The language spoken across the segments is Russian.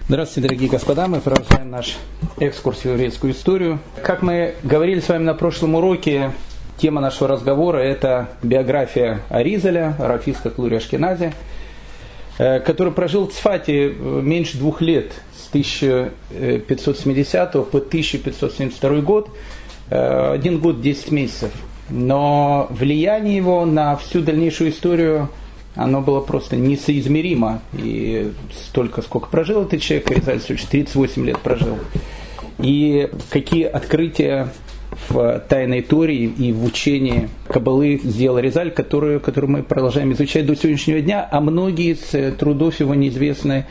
Здравствуйте, дорогие господа, мы продолжаем наш экскурс в еврейскую историю. Как мы говорили с вами на прошлом уроке, тема нашего разговора – это биография Аризаля, Рав Ицхак Лури Ашкенази, который прожил в Цфате меньше 2 лет, с 1570 по 1572 год, 1 год 10 месяцев. Но влияние его на всю дальнейшую историю оно было просто несоизмеримо. И столько, сколько прожил этот человек, Аризаль 38 лет прожил. И какие открытия в тайной Торе и в учении Каббалы сделал Аризаль, которую мы продолжаем изучать до сегодняшнего дня, а многие из трудов его неизвестны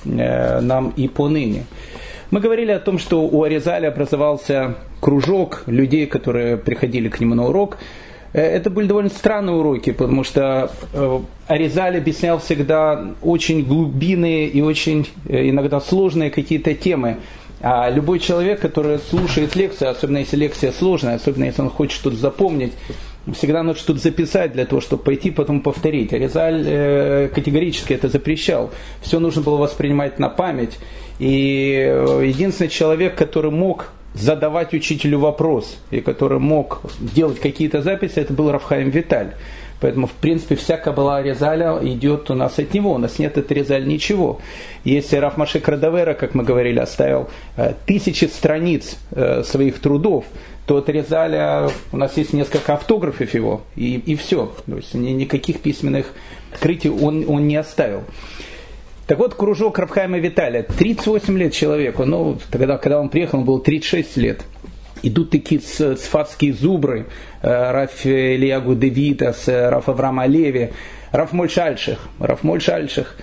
нам и поныне. Мы говорили о том, что у Аризаля образовался кружок людей, которые приходили к нему на урок. Это были довольно странные уроки, потому что Аризаль объяснял всегда очень глубинные и очень иногда сложные какие-то темы. А любой человек, который слушает лекцию, особенно если лекция сложная, особенно если он хочет что-то запомнить, всегда надо что-то записать для того, чтобы пойти потом повторить. Аризаль категорически это запрещал. Все нужно было воспринимать на память. И единственный человек, который мог задавать учителю вопрос и который мог делать какие-то записи, это был Рав Хаим Виталь. Поэтому, в принципе, вся Каббала Аризаля идет у нас от него. У нас нет от Аризаля ничего. Если Рав Моше Кардавера, как мы говорили, оставил 1000 страниц своих трудов, то от Аризаля у нас есть несколько автографов его, и все. То есть никаких письменных открытий он не оставил. Так вот, кружок Рав Хаима Виталя, 38 лет человеку, когда он приехал, он был 36 лет. Идут такие цфатские зубры, Рав Элиягу Девитас, Рав Авраам Алеви, Рав Мойше Альших. Рав Мойше Альших,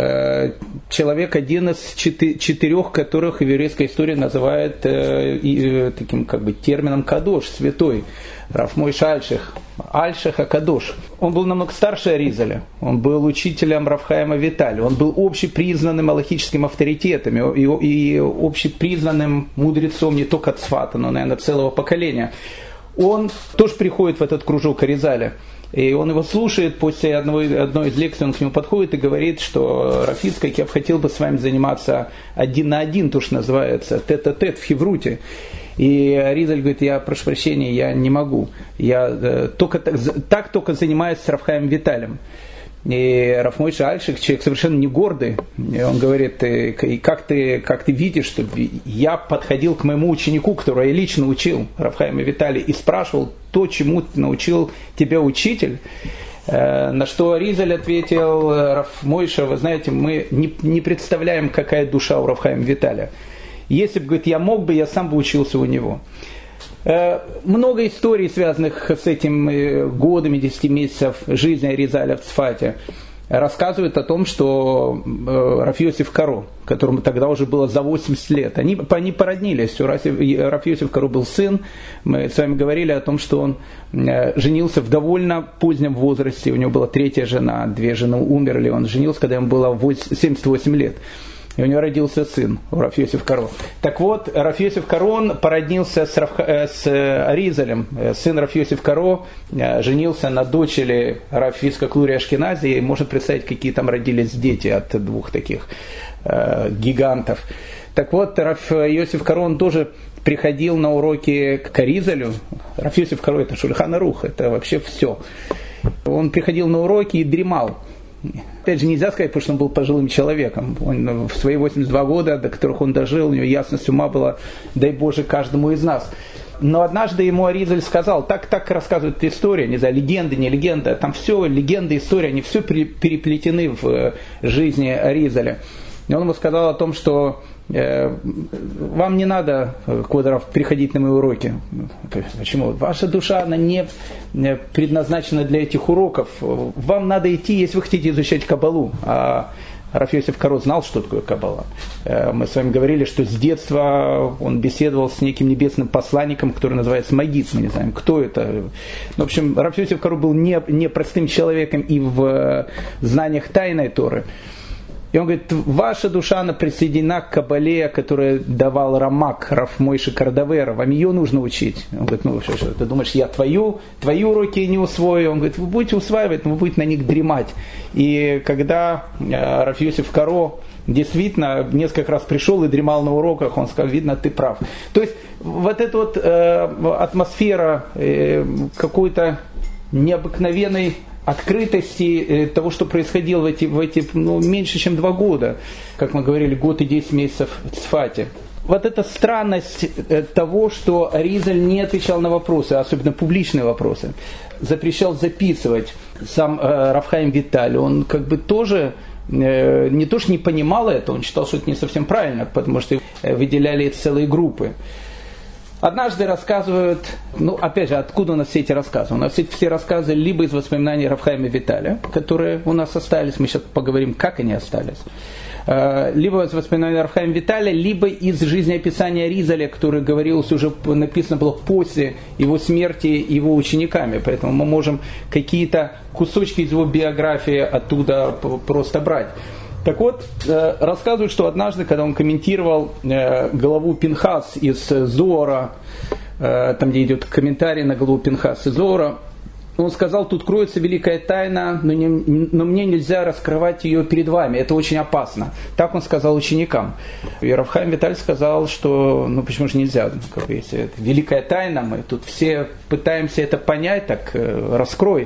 человек, один из 4, которых в еврейской истории называют таким термином кадош, святой. Рав Мойше Альших, Альших Акадош. Он был намного старше Аризаля, он был учителем Рав Хаима Виталя, он был общепризнанным алахическим авторитетом и общепризнанным мудрецом не только Цфата, но, наверное, целого поколения. Он тоже приходит в этот кружок Аризаля. И он его слушает, после одной из лекций он к нему подходит и говорит, что Рав Ицхак, я бы хотел бы с вами заниматься 1 на 1, то, что называется, тет-а-тет в Хевруте. И Аризаль говорит, я прошу прощения, я не могу. Я только занимаюсь с Рав Хаимом Виталем. И Рав Мойше Альших, человек совершенно не гордый, и он говорит, как ты видишь, что я подходил к моему ученику, которого я лично учил, Рав Хаима Виталя, и спрашивал то, чему научил тебя учитель. На что Аризаль ответил, Рав Мойше, вы знаете, мы не представляем, какая душа у Рав Хаима Виталя. Если бы, говорит, я мог бы, я сам бы учился у него. Много историй, связанных с этим годами, 10 месяцев жизни Аризаля в Цфате, рассказывают о том, что Рав Йосеф Каро, которому тогда уже было за 80 лет, они породнились. У Рав Йосеф Каро был сын. Мы с вами говорили о том, что он женился в довольно позднем возрасте. У него была 3-я жена, 2 жены умерли. Он женился, когда ему было 78 лет. И у него родился сын, у Рав Йосеф Каро. Так вот, Рав Йосеф Каро породнился с Аризалем. Сын Рав Йосеф Каро женился на дочери Рав Ицхак Лури Ашкенази. И можно представить, какие там родились дети от 2 таких гигантов. Так вот, Рав Йосеф Каро, он тоже приходил на уроки к Аризалю. Рав Йосеф Каро – это Шульхан Арух, это вообще все. Он приходил на уроки и дремал. Опять же, нельзя сказать, потому что он был пожилым человеком. Он в свои 82 года, до которых он дожил, у него ясность ума была, дай Боже, каждому из нас. Но однажды ему Аризаль сказал, так рассказывает история, не знаю, легенда, не легенда, там все, легенда, история, они все переплетены в жизни Аризаля. И он ему сказал о том, что вам не надо, Кодоров, приходить на мои уроки. Почему? Ваша душа, она не предназначена для этих уроков. Вам надо идти, если вы хотите изучать Каббалу. А Рав Йосеф Каро знал, что такое Каббала. Мы с вами говорили, что с детства он беседовал с неким небесным посланником, который называется Магит. Мы не знаем, кто это. В общем, Рав Йосеф Каро был не простым человеком и в знаниях тайной Торы. И он говорит, ваша душа, она присоединена к Кабале, которую давал Рамак, Рав Мойше Кардавера, вам ее нужно учить. Он говорит, что, ты думаешь, я твои уроки не усвою? Он говорит, вы будете усваивать, но вы будете на них дремать. И когда Рав Йосеф Каро действительно несколько раз пришел и дремал на уроках, он сказал, видно, ты прав. То есть вот эта вот атмосфера какой-то необыкновенной открытости того, что происходило в эти меньше, чем 2 года, как мы говорили, год и 10 месяцев в Цфате. Вот эта странность того, что Аризаль не отвечал на вопросы, особенно публичные вопросы, запрещал записывать. Сам Рав Хаим Виталь, он как бы тоже не то что не понимал это, он считал, что это не совсем правильно, потому что выделяли целые группы. Однажды рассказывают, опять же, откуда у нас все эти рассказы? У нас все рассказы либо из воспоминаний Рав Хаима Виталя, которые у нас остались, мы сейчас поговорим, как они остались, либо из воспоминаний Рав Хаима Виталя, либо из жизнеописания Аризаля, который говорилось уже, написано было после его смерти его учениками, поэтому мы можем какие-то кусочки из его биографии оттуда просто брать. Так вот, рассказывают, что однажды, когда он комментировал главу Пинхас из Зоара, там, где идет комментарий на главу Пинхас из Зоара, он сказал, тут кроется великая тайна, но мне нельзя раскрывать ее перед вами, это очень опасно. Так он сказал ученикам. И Рав Хаим Виталь сказал, что почему же нельзя, если это великая тайна, мы тут все пытаемся это понять, так раскрой.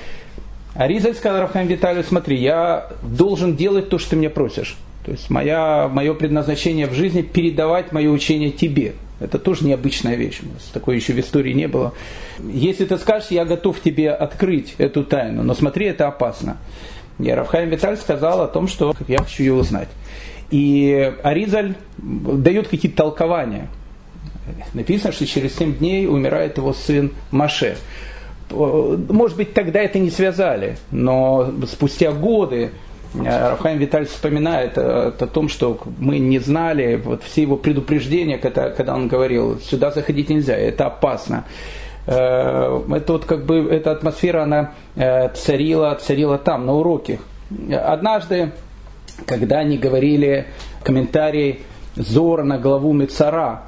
Аризаль сказал Рав Хаим Виталию, смотри, я должен делать то, что ты меня просишь. То есть мое предназначение в жизни передавать мое учение тебе. Это тоже необычная вещь. Такой еще в истории не было. Если ты скажешь, я готов тебе открыть эту тайну, но смотри, это опасно. И Рав Хаим Виталь сказал о том, что я хочу ее узнать. И Аризаль дает какие-то толкования. Написано, что через 7 дней умирает его сын Моше. Может быть, тогда это не связали, но спустя годы Рав Хаим Виталь вспоминает о том, что мы не знали, вот все его предупреждения, когда он говорил, сюда заходить нельзя, это опасно. Это вот как бы эта атмосфера, она царила там, на уроке. Однажды, когда они говорили комментарий Зора на главу Мецара,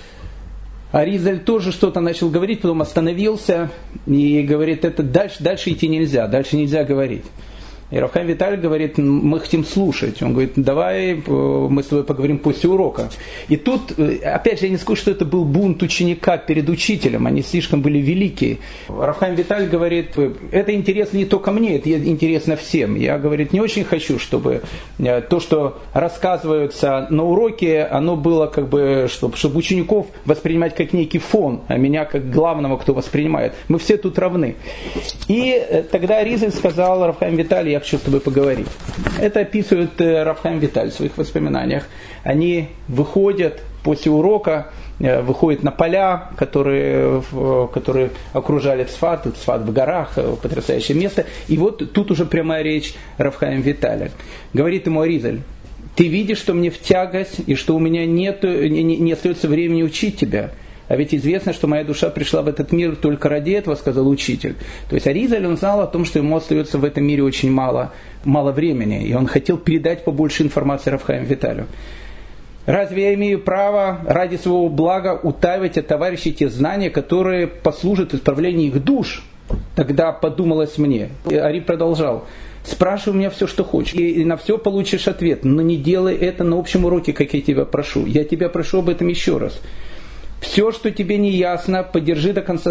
Аризаль тоже что-то начал говорить, потом остановился и говорит, это дальше идти нельзя, дальше нельзя говорить. И Рав Хаим Виталь говорит, мы хотим слушать. Он говорит, давай мы с тобой поговорим после урока. И тут, опять же, я не скажу, что это был бунт ученика перед учителем, они слишком были великие. Рав Хаим Виталь говорит, это интересно не только мне, это интересно всем. Я, говорит, не очень хочу, чтобы то, что рассказывается на уроке, оно было как бы, чтобы учеников воспринимать как некий фон, а меня как главного, кто воспринимает. Мы все тут равны. И тогда Аризаль сказал Рав Хаим Виталь, я хочу с тобой поговорить. Это описывает Рав Хаим Виталь в своих воспоминаниях. Они выходят после урока, выходят на поля, которые окружали Цфат в горах, потрясающее место. И вот тут уже прямая речь Рав Хаим Виталя. Говорит ему Аризаль, ты видишь, что мне в тягость, и что у меня не остается времени учить тебя. А ведь известно, что моя душа пришла в этот мир только ради этого, сказал учитель. То есть Аризаль, он знал о том, что ему остается в этом мире очень мало времени. И он хотел передать побольше информации Рав Хаиму Виталю. Разве я имею право ради своего блага утаивать от товарищей те знания, которые послужат исправлению их душ? Тогда подумалось мне. Ари продолжал. Спрашивай меня все, что хочешь, и на все получишь ответ. Но не делай это на общем уроке, как я тебя прошу. Я тебя прошу об этом еще раз. Все, что тебе не ясно, подержи до конца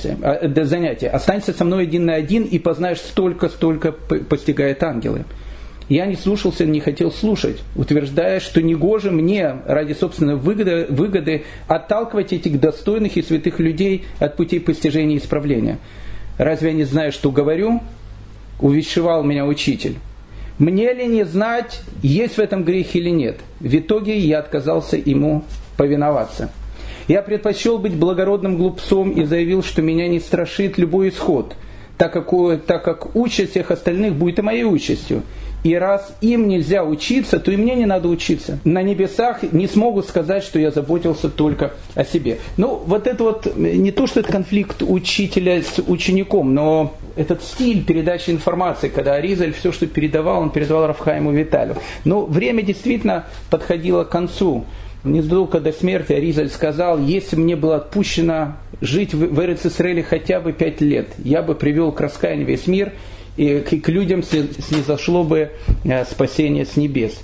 занятия. Останься со мной 1 на 1 и познаешь столько постигает ангелы. Я не слушался, не хотел слушать, утверждая, что негоже мне ради собственной выгоды отталкивать этих достойных и святых людей от путей постижения и исправления. Разве я не знаю, что говорю? Увещевал меня учитель. Мне ли не знать, есть в этом грех или нет? В итоге я отказался ему повиноваться. Я предпочел быть благородным глупцом и заявил, что меня не страшит любой исход, так как участь всех остальных будет и моей участью. И раз им нельзя учиться, то и мне не надо учиться. На небесах не смогут сказать, что я заботился только о себе. Вот это вот не то, что это конфликт учителя с учеником, но этот стиль передачи информации, когда Аризаль все, что передавал, он передавал Рав Хаиму Виталю. Но время действительно подходило к концу. Незадолго до смерти Аризаль сказал, если бы мне было отпущено жить в Эрец-Исраэле хотя бы 5 лет, я бы привел к раскаянию весь мир, и к людям снизошло бы спасение с небес.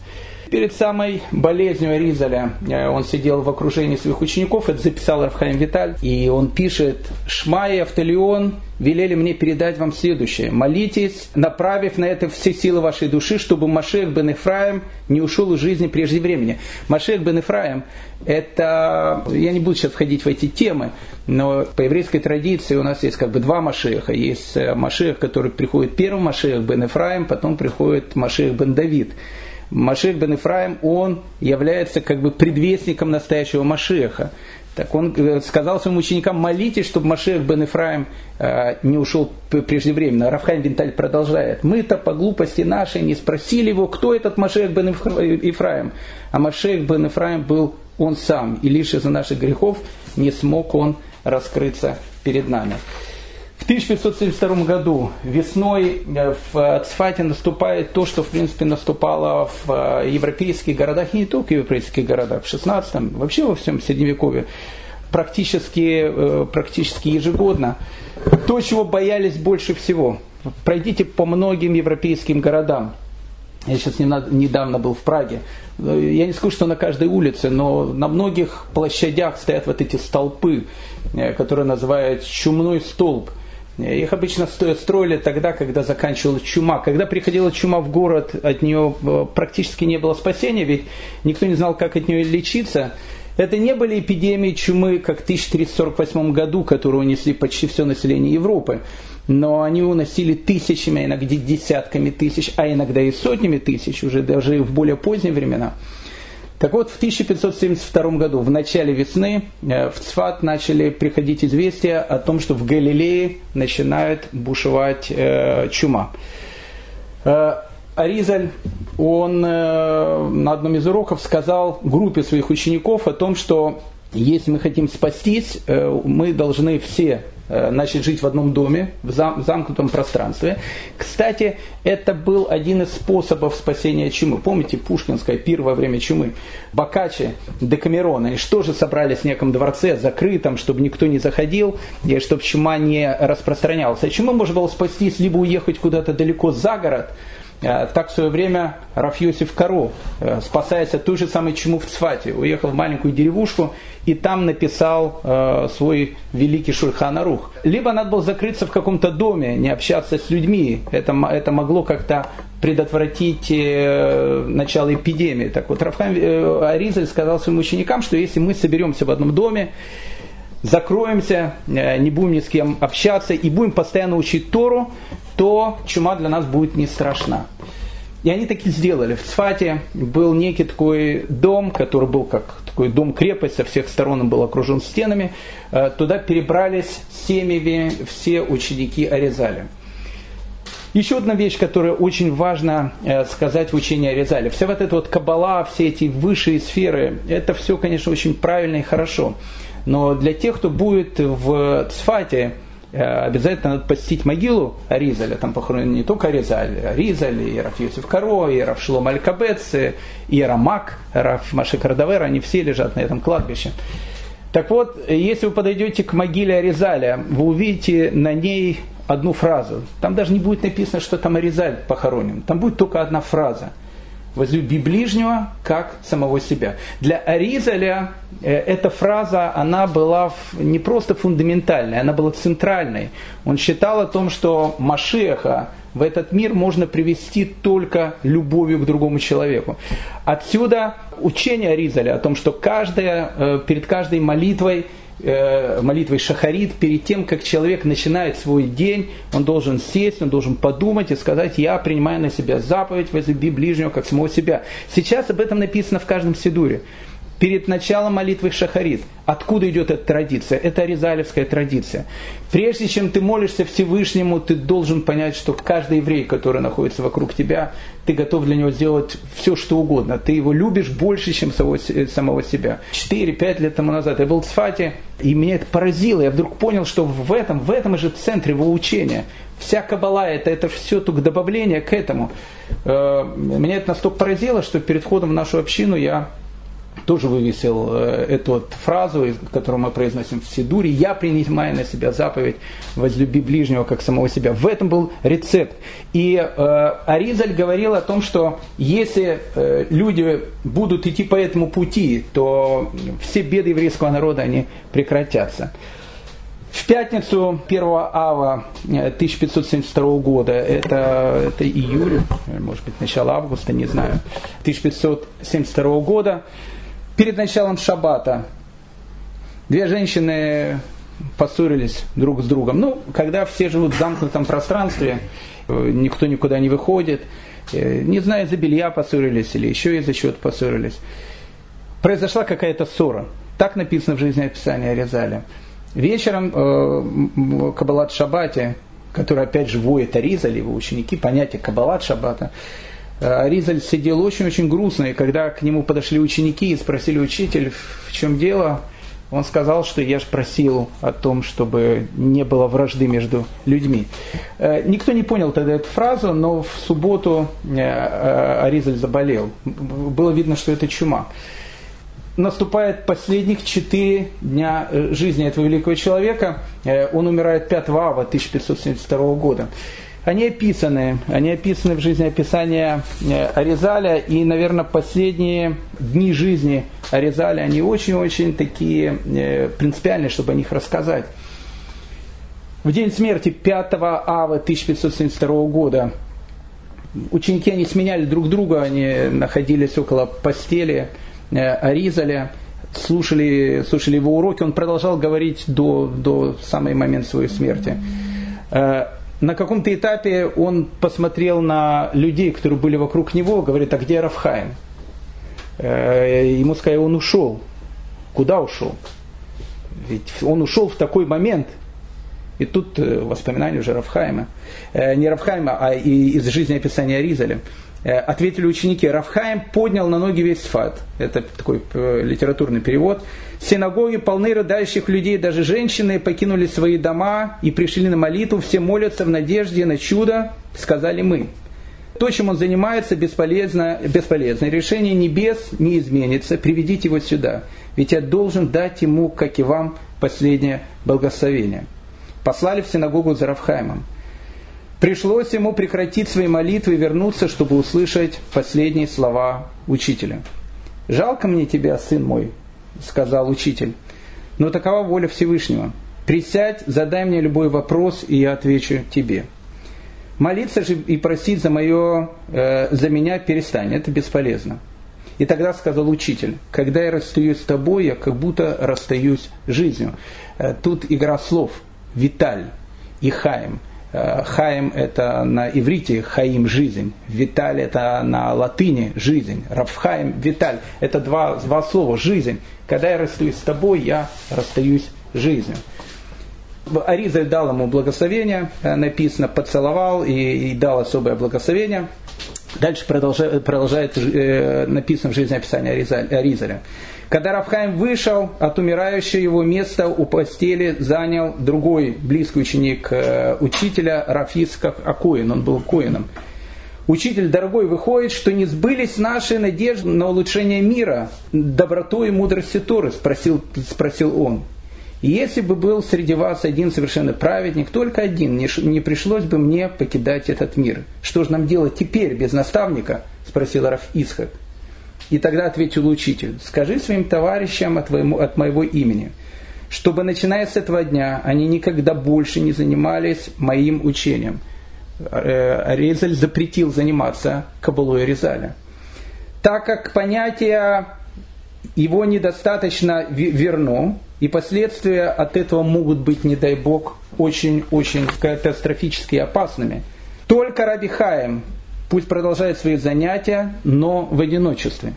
Перед самой болезнью Аризаля он сидел в окружении своих учеников, это записал Рав Хаим Виталь, и он пишет: «Шма и Автолион велели мне передать вам следующее. Молитесь, направив на это все силы вашей души, чтобы Машиах бен Эфраим не ушел из жизни прежде времени». Машиах бен Эфраим – это, я не буду сейчас входить в эти темы, но по еврейской традиции у нас есть как бы два Машиаха. Есть Машиах, который приходит первым, Машиах бен Эфраим, потом приходит Машиах бен Давид. Машиах бен Эфраим, он является как бы предвестником настоящего Машиаха. Так он сказал своим ученикам: молитесь, чтобы Машиах бен Эфраим не ушел преждевременно. Рав Хаим Виталь продолжает: мы-то по глупости нашей не спросили его, кто этот Машиах бен Эфраим. А Машиах бен Эфраим был он сам, и лишь из-за наших грехов не смог он раскрыться перед нами. В 1572 году весной в Цфате наступает то, что в принципе наступало в европейских городах, и не только в европейских городах, в 16-м, вообще во всем Средневековье, практически ежегодно. То, чего боялись больше всего. Пройдите по многим европейским городам. Я сейчас недавно был в Праге. Я не скажу, что на каждой улице, но на многих площадях стоят вот эти столпы, которые называют чумной столб. Их обычно строили тогда, когда заканчивалась чума. Когда приходила чума в город, от нее практически не было спасения, ведь никто не знал, как от нее лечиться. Это не были эпидемии чумы, как в 1348 году, которые унесли почти все население Европы. Но они уносили тысячами, иногда десятками тысяч, а иногда и сотнями тысяч, уже даже в более поздние времена. Так вот, в 1572 году, в начале весны, в Цфат начали приходить известия о том, что в Галилее начинает бушевать чума. Аризаль, он на одном из уроков сказал группе своих учеников о том, что если мы хотим спастись, мы должны все начать жить в одном доме, в замкнутом пространстве. Кстати, это был один из способов спасения чумы. Помните, пушкинская пир во время чумы? Боккаччо, Декамерон, они что же собрались в неком дворце, закрытом, чтобы никто не заходил, и чтобы чума не распространялась. От чумы можно было спастись, либо уехать куда-то далеко за город. Так в свое время Рав Йосиф Каро, спасаясь от той же самой чумы в Цфате, уехал в маленькую деревушку и там написал свой великий Шульхан Арух. Либо надо было закрыться в каком-то доме, не общаться с людьми. Это могло как-то предотвратить начало эпидемии. Так вот, Рав Хаим Аризаль сказал своим ученикам, что если мы соберемся в одном доме, закроемся, не будем ни с кем общаться и будем постоянно учить Тору, то чума для нас будет не страшна. И они таки сделали. В Цфате был некий такой дом, который был как такой дом-крепость, со всех сторон он был окружен стенами. Туда перебрались семьями все ученики Аризаля. Еще одна вещь, которую очень важно сказать в учении Аризаля. Вся вот эта вот каббала, все эти высшие сферы, это все, конечно, очень правильно и хорошо. Но для тех, кто будет в Цфате, обязательно надо посетить могилу Аризаля. Там похоронен не только Аризаль, и Рав Йосиф Каро, и Рав Шломо Аль-Кабец, и Рамак, Рав Маше Кардавер, они все лежат на этом кладбище. Так вот, если вы подойдете к могиле Аризаля, вы увидите на ней одну фразу. Там даже не будет написано, что там Аризаль похоронен. Там будет только одна фраза. «Возлюби ближнего, как самого себя». Для Аризаля эта фраза, она была не просто фундаментальной, она была центральной. Он считал о том, что Машиаха в этот мир можно привести только любовью к другому человеку. Отсюда учение Аризаля о том, что перед каждой молитвой шахарит, перед тем, как человек начинает свой день, он должен сесть, он должен подумать и сказать: я принимаю на себя заповедь возлюби ближнего, как самого себя. Сейчас об этом написано в каждом сидуре. Перед началом молитвы шахарит. Откуда идет эта традиция? Это аризалевская традиция. Прежде чем ты молишься Всевышнему, ты должен понять, что каждый еврей, который находится вокруг тебя, ты готов для него сделать все, что угодно. Ты его любишь больше, чем самого себя. 4-5 лет тому назад я был в Цфате, и меня это поразило. Я вдруг понял, что в этом же центре его учения. Вся каббала это все только добавление к этому. Меня это настолько поразило, что перед входом в нашу общину я тоже вывесил эту вот фразу, которую мы произносим в Сидуре: «Я принимаю на себя заповедь возлюби ближнего, как самого себя». В этом был рецепт. И Аризаль говорил о том, что если люди будут идти по этому пути, то все беды еврейского народа, они прекратятся. В пятницу 1 ава 1572 года, это июль, может быть, начало августа, не знаю, 1572 года, перед началом шаббата две женщины поссорились друг с другом. Ну, когда все живут в замкнутом пространстве, никто никуда не выходит, не знаю, из-за белья поссорились или еще из-за чего-то поссорились. Произошла какая-то ссора. Так написано в жизнеописании Аризаля. Вечером Каббалат Шаббате, который опять же воет Аризаль, его ученики, понятие Каббалат Шаббата, Аризаль сидел очень-очень грустно, и когда к нему подошли ученики и спросили: учитель, в чем дело? Он сказал, что я же просил о том, чтобы не было вражды между людьми. Никто не понял тогда эту фразу, но в субботу Аризаль заболел. Было видно, что это чума. Наступает последних 4 дня жизни этого великого человека. Он умирает 5 ава 1572 года. Они описаны в жизнеописании Аризаля, и, наверное, последние дни жизни Аризаля, они очень-очень такие принципиальные, чтобы о них рассказать. В день смерти 5 ава 1572 года ученики, они сменяли друг друга, они находились около постели Аризаля, слушали его уроки. Он продолжал говорить до самого момента своей смерти. На каком-то этапе он посмотрел на людей, которые были вокруг него, говорит: а где Рав Хаим? Ему сказали: он ушел. Куда ушел? Ведь он ушел в такой момент. И тут воспоминания уже Рав Хаима. Не Рав Хаима, а из жизнеописания Аризаля. Ответили ученики: Рав Хаим поднял на ноги весь Сфат. Это такой литературный перевод. Синагоги полны рыдающих людей, даже женщины покинули свои дома и пришли на молитву. Все молятся в надежде на чудо, сказали мы. То, чем он занимается, бесполезно. Решение небес не изменится. Приведите его сюда. Ведь я должен дать ему, как и вам, последнее благословение. Послали в синагогу за Рав Хаимом. Пришлось ему прекратить свои молитвы и вернуться, чтобы услышать последние слова учителя. «Жалко мне тебя, сын мой», — сказал учитель, — «но такова воля Всевышнего. Присядь, задай мне любой вопрос, и я отвечу тебе. Молиться же и просить за меня перестань, это бесполезно». И тогда сказал учитель: «Когда я расстаюсь с тобой, я как будто расстаюсь с жизнью». Тут игра слов. Виталь и Хаим. Хаим – это на иврите хаим – жизнь. Виталь – это на латыни жизнь. Рав Хаим, Виталь – это два слова – жизнь. Когда я расстаюсь с тобой, я расстаюсь с жизнью. Аризаль дал ему благословение, написано, поцеловал и дал особое благословение. Дальше продолжает написано в жизнеописании Аризаля. Когда Рав Хаим вышел от умирающего, его место у постели занял другой близкий ученик учителя, Рав Ицхак ха-Коэн. Он был коэном. «Учитель дорогой, выходит, что не сбылись наши надежды на улучшение мира добротой и мудростью Торы?» спросил он. «И если бы был среди вас один совершенно праведник, только один, не пришлось бы мне покидать этот мир. Что же нам делать теперь без наставника?» спросил Рав Ицхак. И тогда ответил учитель: «Скажи своим товарищам от моего имени, чтобы, начиная с этого дня, они никогда больше не занимались моим учением». Аризаль запретил заниматься каббалой Аризаля, так как понятие его недостаточно верно, и последствия от этого могут быть, не дай Бог, очень-очень катастрофически опасными. Только Раби Хаим пусть продолжает свои занятия, но в одиночестве.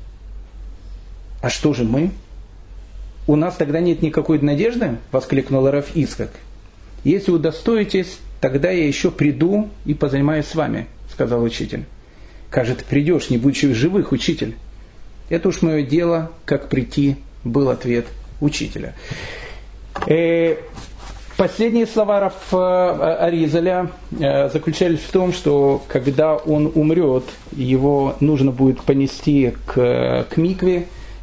А что же мы? У нас тогда нет никакой надежды? Воскликнул Рав Ицхак. Если удостоитесь, тогда я еще приду и позанимаюсь с вами, сказал учитель. Как же ты придешь, не будучи в живых, учитель? Это уж мое дело, как прийти, был ответ учителя. Последние слова Аризаля заключались в том, что когда он умрет, его нужно будет понести к микве,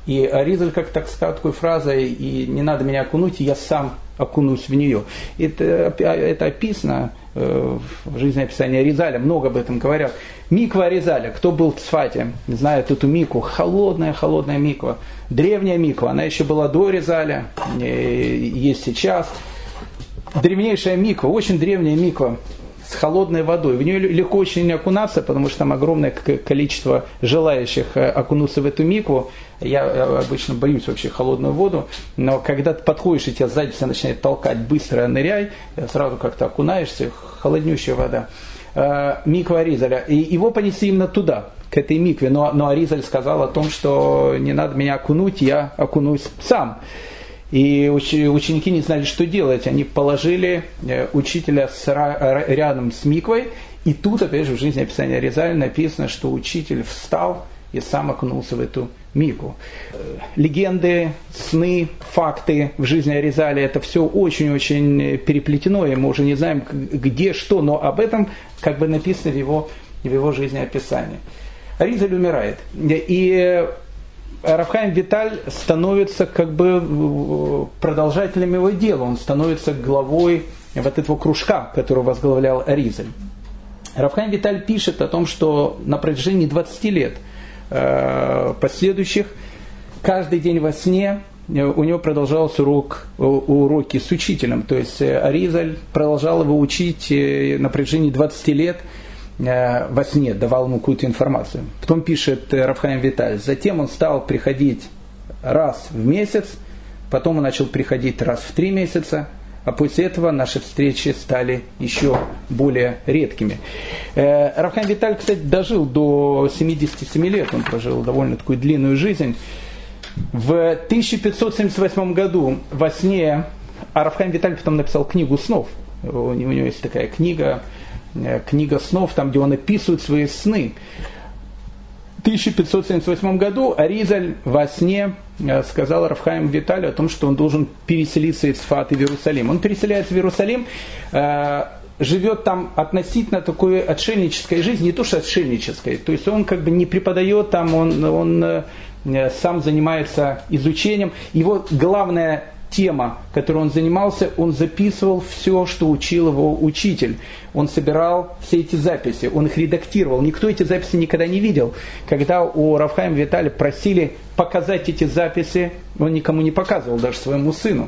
И Аризаль как так сказал такой фразой: «И не надо меня окунуть, я сам окунусь в нее». Это описано в жизнеописании Аризаля, много об этом говорят. Миква Аризаля, кто был в Цфате, знает эту микву, холодная миква, древняя миква, она еще была до Аризаля, есть сейчас. Древнейшая миква, очень древняя миква, с холодной водой. В нее легко очень окунаться, потому что там огромное количество желающих окунуться в эту микву. Я обычно боюсь вообще холодную воду, но когда ты подходишь, и тебя сзади все начинает толкать, быстро ныряй, сразу как-то окунаешься, холоднющая вода. Миква Аризаля. И его понесли именно туда, к этой микве. Но Аризаль сказал о том, что не надо меня окунуть, я окунусь сам. И ученики не знали, что делать. Они положили учителя рядом с миквой. И тут, опять же, в жизнеописании Аризаля написано, что учитель встал и сам окунулся в эту микву. Легенды, сны, факты в жизни Аризаля, это все очень-очень переплетено, и мы уже не знаем, где что, но об этом как бы написано в его жизнеописании. Аризаль умирает. И Рав Хаим Виталь становится как бы продолжателем его дела, он становится главой вот этого кружка, который возглавлял Аризаль. Рав Хаим Виталь пишет о том, что на протяжении 20 лет последующих, каждый день во сне у него продолжался уроки с учителем. То есть Аризаль продолжал его учить на протяжении 20 лет во сне, давал ему какую-то информацию. Потом пишет Рав Хаим Виталь: затем он стал приходить раз в месяц, потом он начал приходить раз в 3 месяца, а после этого наши встречи стали еще более редкими. Рав Хаим Виталь, кстати, дожил до 77 лет, он прожил довольно такую длинную жизнь. В 1578 году во сне, Рав Хаим Виталь потом написал книгу снов. У него есть такая книга снов, там, где он описывает свои сны. В 1578 году Аризаль во сне сказал Рав Хаиму Виталю о том, что он должен переселиться из Цфата в Иерусалим. Он переселяется в Иерусалим, живет там относительно такой отшельнической жизни, не то что отшельнической, то есть он как бы не преподает там, он сам занимается изучением. Его главная тема, которой он занимался, он записывал все, что учил его учитель. Он собирал все эти записи, он их редактировал. Никто эти записи никогда не видел. Когда у Рав Хаима Виталя просили показать эти записи, он никому не показывал, даже своему сыну.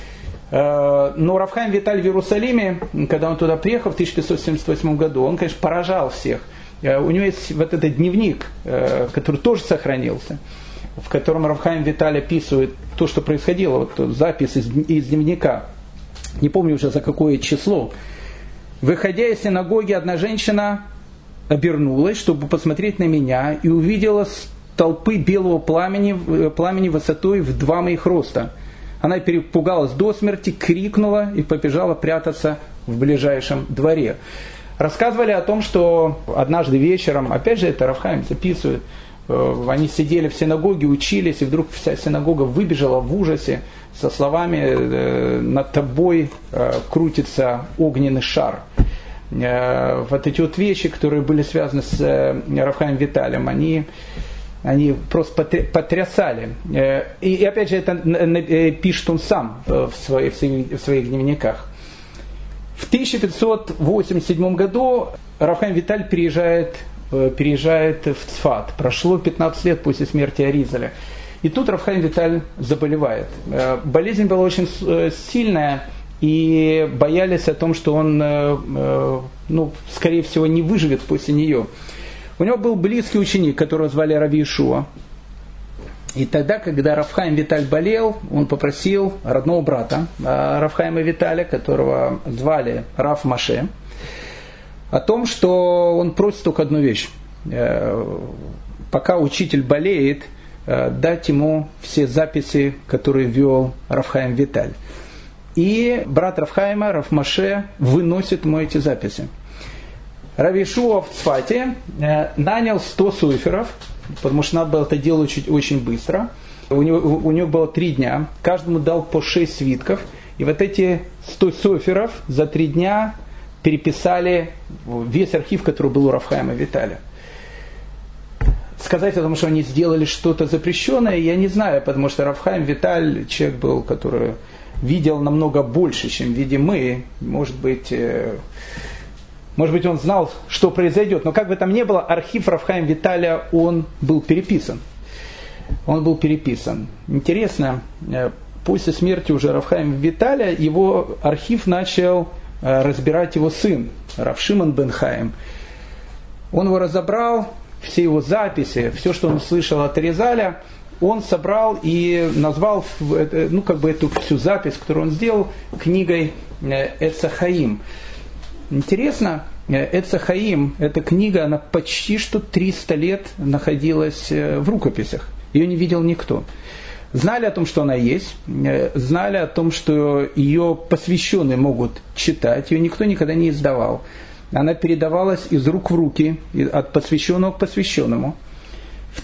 Но Рав Хаим Виталь в Иерусалиме, когда он туда приехал в 1578 году, он, конечно, поражал всех. У него есть вот этот дневник, который тоже сохранился, в котором Рав Хаим Виталь описывает то, что происходило, вот запись из дневника. Не помню уже за какое число. Выходя из синагоги, одна женщина обернулась, чтобы посмотреть на меня, и увидела столпы белого пламени высотой в 2 моих роста. Она перепугалась до смерти, крикнула и побежала прятаться в ближайшем дворе. Рассказывали о том, что однажды вечером, опять же это Рав Хаим записывает, они сидели в синагоге, учились, и вдруг вся синагога выбежала в ужасе со словами: «Над тобой крутится огненный шар». Вот эти вот вещи, которые были связаны с Рав Хаимом Виталем, они просто потрясали. И опять же, это пишет он сам в своих дневниках. В 1587 году Рав Хаим Виталь переезжает в Цфат. Прошло 15 лет после смерти Аризаля. И тут Рав Хаим Виталь заболевает. Болезнь была очень сильная, и боялись о том, что он, скорее всего, не выживет после нее. У него был близкий ученик, которого звали Рав Иешуа. И тогда, когда Рав Хаим Виталь болел, он попросил родного брата Рав Хаима Виталя, которого звали Рав Маше, о том, что он просит только одну вещь. Пока учитель болеет, дать ему все записи, которые вел Рав Хаим Виталь. И брат Рав Хаима, Рав Маше, выносит ему эти записи. Рав Иешуа в Цфате нанял 100 соферов, потому что надо было это делать очень быстро. У него было 3 дня, каждому дал по 6 свитков. И вот эти 100 соферов за 3 дня переписали весь архив, который был у Рав Хаима Виталя. сказать о том, что они сделали что-то запрещенное, я не знаю, потому что Рав Хаим Виталь человек был, который видел намного больше, чем видим мы. Может быть, он знал, что произойдет. Но как бы там ни было, архив Рав Хаим Виталя, он был переписан. Интересно, после смерти уже Рав Хаим Виталя, его архив начал разбирать его сын, Рав Шимон бен Хаим. Он его разобрал, все его записи, все, что он слышал от Аризаля, он собрал и назвал эту всю запись, которую он сделал, книгой Эц ха-Хаим. Интересно, Эц ха-Хаим, эта книга, она почти что 300 лет находилась в рукописях. Ее не видел никто. Знали о том, что она есть, знали о том, что ее посвященные могут читать, ее никто никогда не издавал. Она передавалась из рук в руки, от посвященного к посвященному. В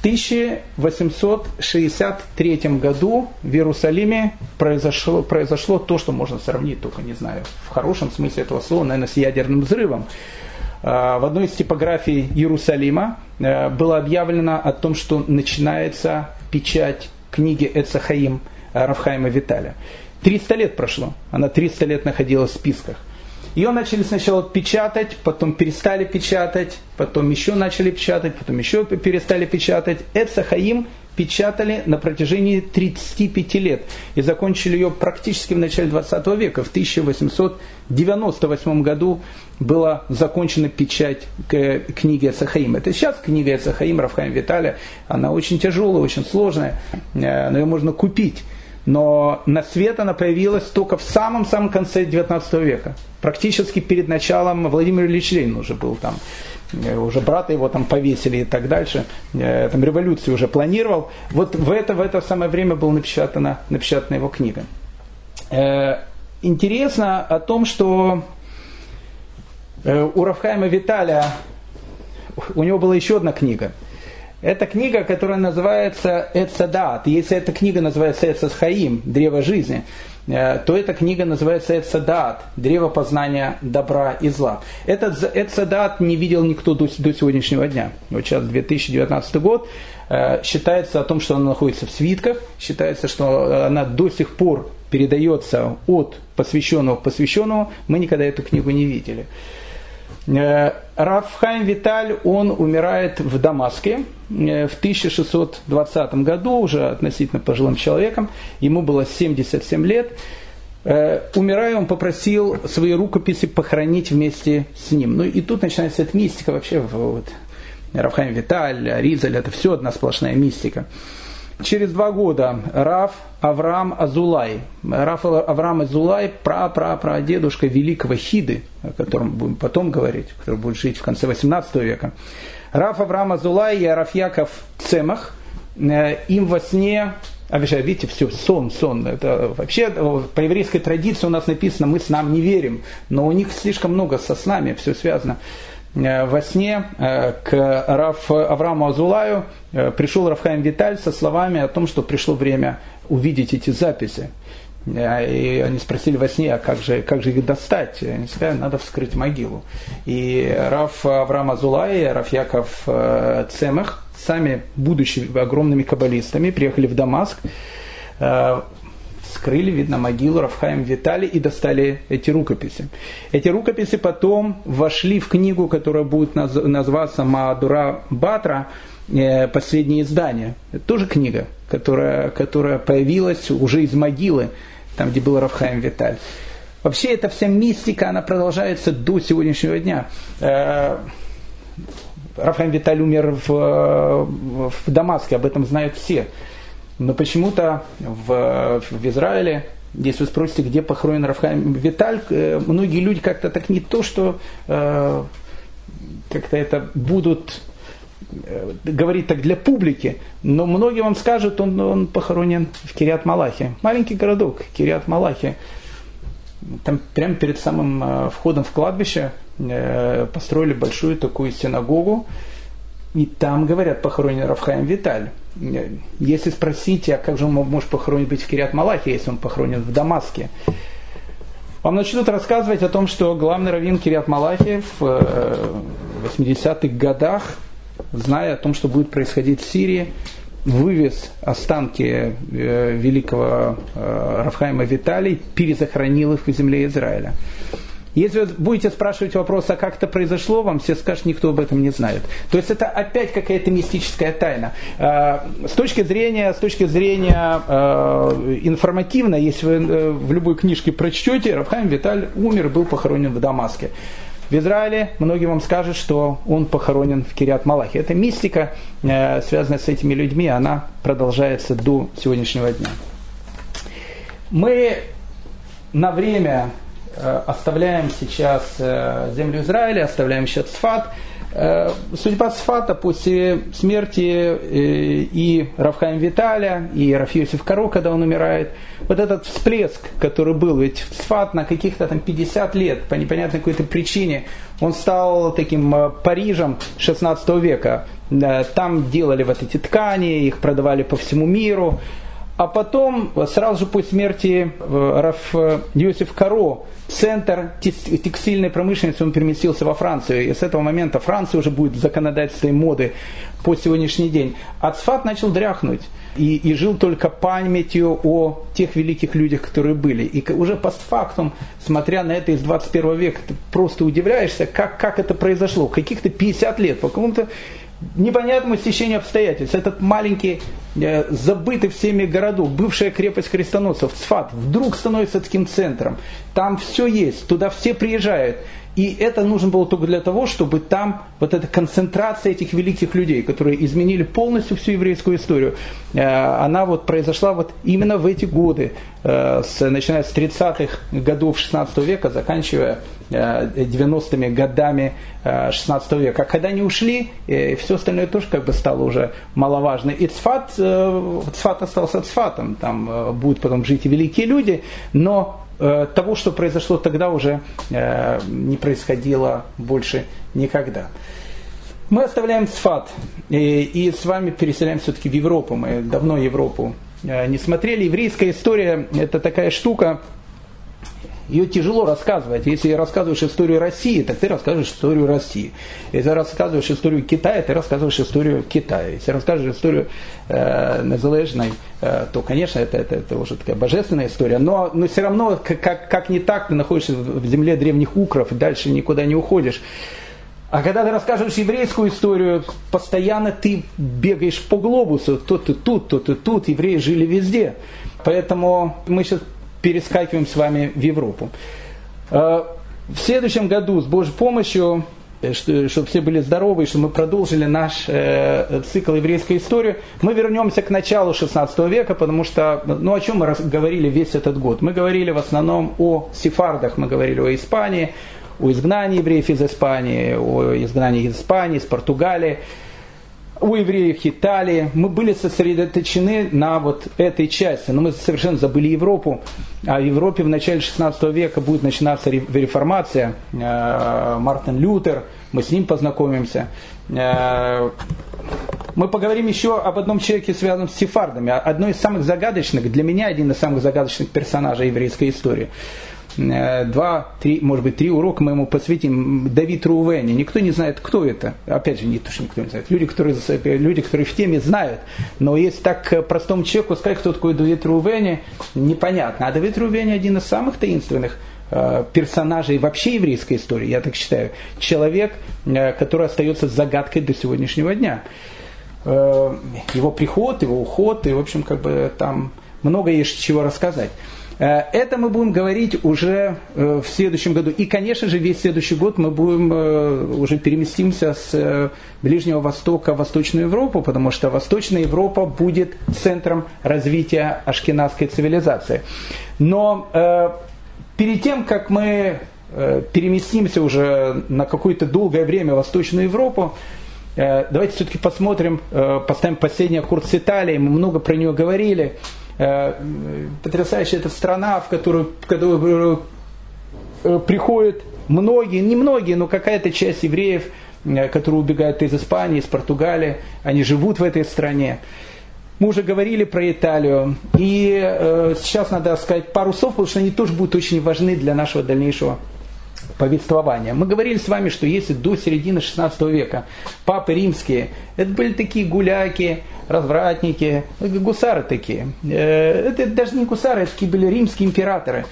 1863 году в Иерусалиме произошло то, что можно сравнить, только не знаю, в хорошем смысле этого слова, наверное, с ядерным взрывом. В одной из типографий Иерусалима было объявлено о том, что начинается печать книги Эц ха-Хаим Рав Хаима Виталя. 300 лет прошло, она 300 лет находилась в списках. Ее начали сначала печатать, потом перестали печатать, потом еще начали печатать, потом еще перестали печатать. Эц ха-Хаим печатали на протяжении 35 лет и закончили ее практически в начале 20 века. В 1898 году была закончена печать книги Эц ха-Хаим. Это сейчас книга Эц ха-Хаим Рав Хаим Виталя. Она очень тяжелая, очень сложная, но ее можно купить. Но на свет она появилась только в самом-самом конце 19 века. Практически перед началом Владимир Ильич Ленин уже был там. Уже брата его там повесили и так дальше. Там революцию уже планировал. Вот в это самое время была напечатана его книга. Интересно о том, что у Рав Хаима Виталя у него была еще одна книга. Это книга, которая называется Эц ха-Даат. Если эта книга называется Эц ха-Хаим, Древо жизни, то эта книга называется Эц ха-Даат, Древо познания добра и зла. Этот Эц ха-Даат не видел никто до сегодняшнего дня. Вот сейчас 2019 год. Считается о том, что она находится в свитках. Считается, что она до сих пор передается от посвященного к посвященному. Мы никогда эту книгу не видели. Рав Хаим Виталь, он умирает в Дамаске в 1620 году, уже относительно пожилым человеком, ему было 77 лет. Умирая, он попросил свои рукописи похоронить вместе с ним. Ну и тут начинается эта мистика вообще. Вот, Рав Хаим Виталь, Аризаль, это все одна сплошная мистика. Через 2 года Рав Авраам Азулай. Рав Авраам Азулай, прадедушка великого Хиды, о котором будем потом говорить, который будет жить в конце 18 века. Рав Авраам Азулай и Рав Яков Цемах, им во сне, видите, все, сон. Это вообще по еврейской традиции у нас написано, мы снам не верим, но у них слишком много со снами, все связано. Во сне к Рав Аврааму Азулаю пришел Рав Хаим Виталь со словами о том, что пришло время увидеть эти записи. И они спросили во сне, а как же их достать? И они сказали, надо вскрыть могилу. И Рав Авраам Азулай и Рав Яков Цемах, сами будучи огромными каббалистами, приехали в Дамаск, вскрыли, видно, могилу Рав Хаим Виталя и достали эти рукописи. Эти рукописи потом вошли в книгу, которая будет называться Маадура Батра, последнее издание. Это тоже книга, которая появилась уже из могилы, там, где был Рав Хаим Виталь. Вообще, эта вся мистика, она продолжается до сегодняшнего дня. Рав Хаим Виталь умер в Дамаске, об этом знают все. Но почему-то в Израиле, если вы спросите, где похоронен Рав Хаим Виталь, многие люди как-то так не то, что как-то это будут говорить так для публики, но многие вам скажут, он похоронен в Кирьят-Малахе. Маленький городок, Кирьят-Малахе. Там прямо перед самым входом в кладбище построили большую такую синагогу, и там, говорят, похоронен Рав Хаим Виталь. Если спросите, а как же он может похоронен быть в Кирьят-Малахе, если он похоронен в Дамаске? Вам начнут рассказывать о том, что главный раввин Кирьят-Малахи в 80-х годах зная о том, что будет происходить в Сирии, вывез останки великого Рав Хаима Виталия, перезахоронил их в земле Израиля. Если вы будете спрашивать вопрос, а как это произошло, вам все скажут, никто об этом не знает. То есть это опять какая-то мистическая тайна. С точки зрения информативной, если вы в любой книжке прочтете, Рав Хаим Виталь умер и был похоронен в Дамаске. В Израиле многие вам скажут, что он похоронен в Кирьят-Малахи. Эта мистика, связанная с этими людьми, она продолжается до сегодняшнего дня. Мы на время оставляем сейчас землю Израиля, оставляем сейчас Цфат. Судьба Цфата после смерти и Рав Хаим Виталя, и Рав Йосеф Каро, когда он умирает, вот этот всплеск, который был, ведь в Цфат на каких-то там 50 лет, по непонятной какой-то причине, он стал таким Парижем 16 века. Там делали вот эти ткани, их продавали по всему миру. А потом, сразу же после смерти Рав Йосеф Каро, центр текстильной промышленности, он переместился во Францию. И с этого момента Франция уже будет законодательством моды по сегодняшний день. А Цфат начал дряхнуть. И жил только памятью о тех великих людях, которые были. И уже постфактум, смотря на это из 21 века, ты просто удивляешься, как это произошло. Каких-то 50 лет, по какому-то непонятному стечению обстоятельств. Этот маленький, забытый всеми городок, бывшая крепость крестоносцев, Цфат, вдруг становится таким центром. Там все есть, туда все приезжают. И это нужно было только для того, чтобы там вот эта концентрация этих великих людей, которые изменили полностью всю еврейскую историю, она вот произошла вот именно в эти годы, начиная с 30-х годов 16 века, заканчивая 90-ми годами 16 века. А когда они ушли, все остальное тоже как бы стало уже маловажно. И Цфат остался Цфатом, там будут потом жить и великие люди, но того, что произошло тогда, уже не происходило больше никогда. Мы оставляем Цфат и с вами переселяемся все-таки в Европу. Мы давно Европу не смотрели. Еврейская история – это такая штука, ее тяжело рассказывать. Если рассказываешь историю России, так ты рассказываешь историю России. Если рассказываешь историю Китая, ты рассказываешь историю Китая. Если расскажешь историю незалежной, то, конечно, это уже такая божественная история. Но все равно, как не так, ты находишься в земле древних укров, и дальше никуда не уходишь. А когда ты рассказываешь еврейскую историю, постоянно ты бегаешь по глобусу. То ты тут, евреи жили везде. Поэтому мы сейчас перескакиваем с вами в Европу. В следующем году, с Божьей помощью, чтобы все были здоровы, и чтобы мы продолжили наш цикл еврейской истории, мы вернемся к началу 16 века, потому что, о чем мы говорили весь этот год? Мы говорили в основном о сефардах, мы говорили о Испании, о изгнании евреев из Испании, о изгнании из Испании, из Португалии, о евреях Италии. Мы были сосредоточены на вот этой части, но мы совершенно забыли Европу. А в Европе в начале 16 века будет начинаться реформация. Мартин Лютер, мы с ним познакомимся. Мы поговорим еще об одном человеке, связанном с сефардами. Одной из самых загадочных, для меня один из самых загадочных персонажей еврейской истории. 2-3, может быть, 3 урока мы ему посвятим. Давид Реувени. Никто не знает, кто это. Опять же, не то, что никто не знает. Люди, которые в теме, знают. Но если так простому человеку сказать, кто такой Давид Реувени, непонятно. А Давид Реувени один из самых таинственных персонажей вообще еврейской истории, я так считаю. Человек, который остается загадкой до сегодняшнего дня. Его приход, его уход, и, в общем, там много есть чего рассказать. Это мы будем говорить уже в следующем году. И, конечно же, весь следующий год мы будем уже переместимся с Ближнего Востока в Восточную Европу, потому что Восточная Европа будет центром развития ашкеназской цивилизации. Но перед тем, как мы переместимся уже на какое-то долгое время в Восточную Европу, давайте все-таки посмотрим, поставим последний аккорд с Италией. Мы много про нее говорили. Потрясающая эта страна, в которую приходят многие, не многие, но какая-то часть евреев, которые убегают из Испании, из Португалии, они живут в этой стране. Мы уже говорили про Италию, и сейчас надо сказать пару слов, потому что они тоже будут очень важны для нашего дальнейшего повествования. Мы говорили с вами, что если до середины 16 века папы римские, это были такие гуляки, развратники, гусары такие. Это даже не гусары, это такие были римские императоры.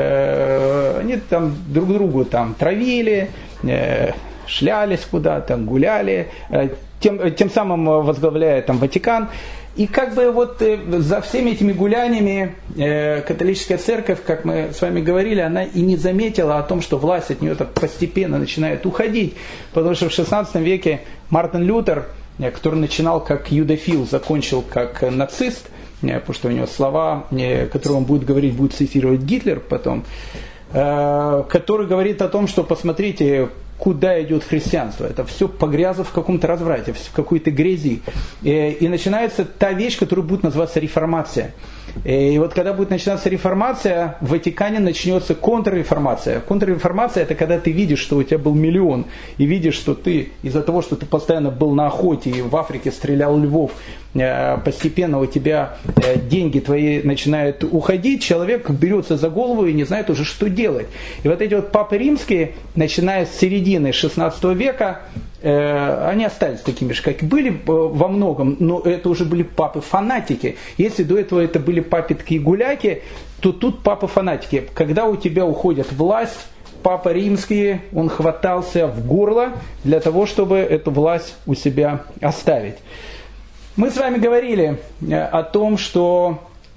Они там друг другу там травили, шлялись куда-то, гуляли, тем самым возглавляя там Ватикан. И как бы вот за всеми этими гуляниями католическая церковь, как мы с вами говорили, она и не заметила о том, что власть от нее так постепенно начинает уходить. Потому что в 16 веке Мартин Лютер, который начинал как юдофил, закончил как нацист, потому что у него слова, которые он будет говорить, будет цитировать Гитлер потом, который говорит о том, что посмотрите, куда идет христианство. Это все погрязло в каком-то разврате, в какой-то грязи. И начинается та вещь, которая будет называться реформация. И вот когда будет начинаться реформация, в Ватикане начнется контрреформация. Контрреформация – это когда ты видишь, что у тебя был миллион, и видишь, что ты из-за того, что ты постоянно был на охоте и в Африке стрелял львов, постепенно у тебя деньги твои начинают уходить, человек берется за голову и не знает уже, что делать. И вот эти вот папы римские, начиная с середины 16 века, они остались такими же, как и были во многом, но это уже были папы-фанатики. Если до этого это были папы такие гуляки, то тут папы-фанатики. Когда у тебя уходит власть, папа римский, он хватался в горло для того, чтобы эту власть у себя оставить. Мы с вами говорили о том, что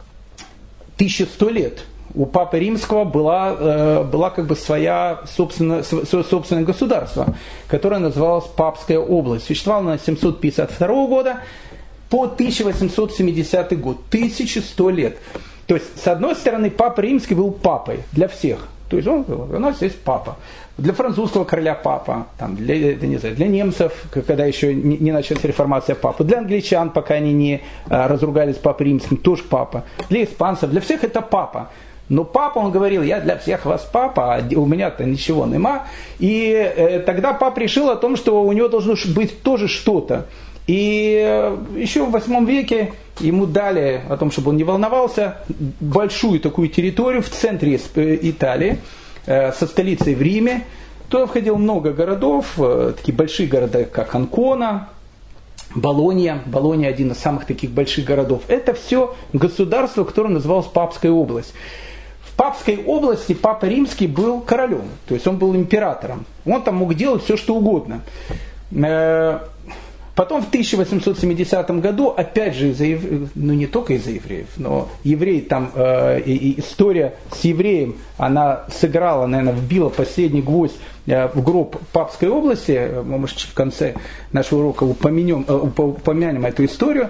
1100 лет у Папы Римского была как бы свое собственное государство, которое называлось Папская область. Существовало она с 752 года по 1870 год. 1100 лет. То есть, с одной стороны, Папа Римский был папой для всех. То есть, у нас есть папа. Для французского короля папа, там, для немцев, когда еще не началась реформация, папа. Для англичан, пока они не разругались с Папой Римским, тоже папа. Для испанцев, для всех это папа. Но папа, он говорил, я для всех вас папа, а у меня-то ничего нема. И тогда папа решил о том, что у него должно быть тоже что-то. И еще в 8 веке ему дали о том, чтобы он не волновался, большую такую территорию в центре Италии, со столицей в Риме. Туда входило много городов, такие большие города, как Анкона, Болонья. Болонья один из самых таких больших городов. Это все государство, которое называлось Папская область. В Папской области Папа Римский был королем, то есть он был императором. Он там мог делать все, что угодно. Потом в 1870 году, опять же, не только из-за евреев, но евреи там, история с евреем, она сыграла, наверное, вбила последний гвоздь в гроб Папской области. Мы, может, в конце нашего урока упомянем эту историю.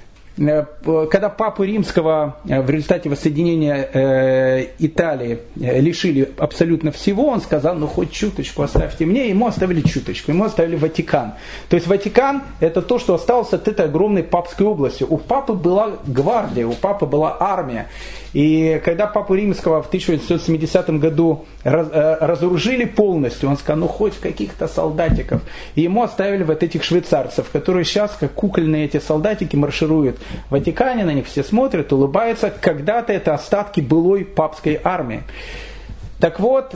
Когда Папу Римского в результате воссоединения Италии лишили абсолютно всего, он сказал, ну хоть чуточку оставьте мне, ему оставили чуточку, ему оставили Ватикан. То есть Ватикан это то, что осталось от этой огромной папской области. У папы была гвардия, у папы была армия. И когда Папу Римского в 1870 году разоружили полностью, он сказал, ну хоть каких-то солдатиков. И ему оставили вот этих швейцарцев, которые сейчас, как кукольные эти солдатики, маршируют в Ватикане, на них все смотрят, улыбаются. Когда-то это остатки былой папской армии. Так вот,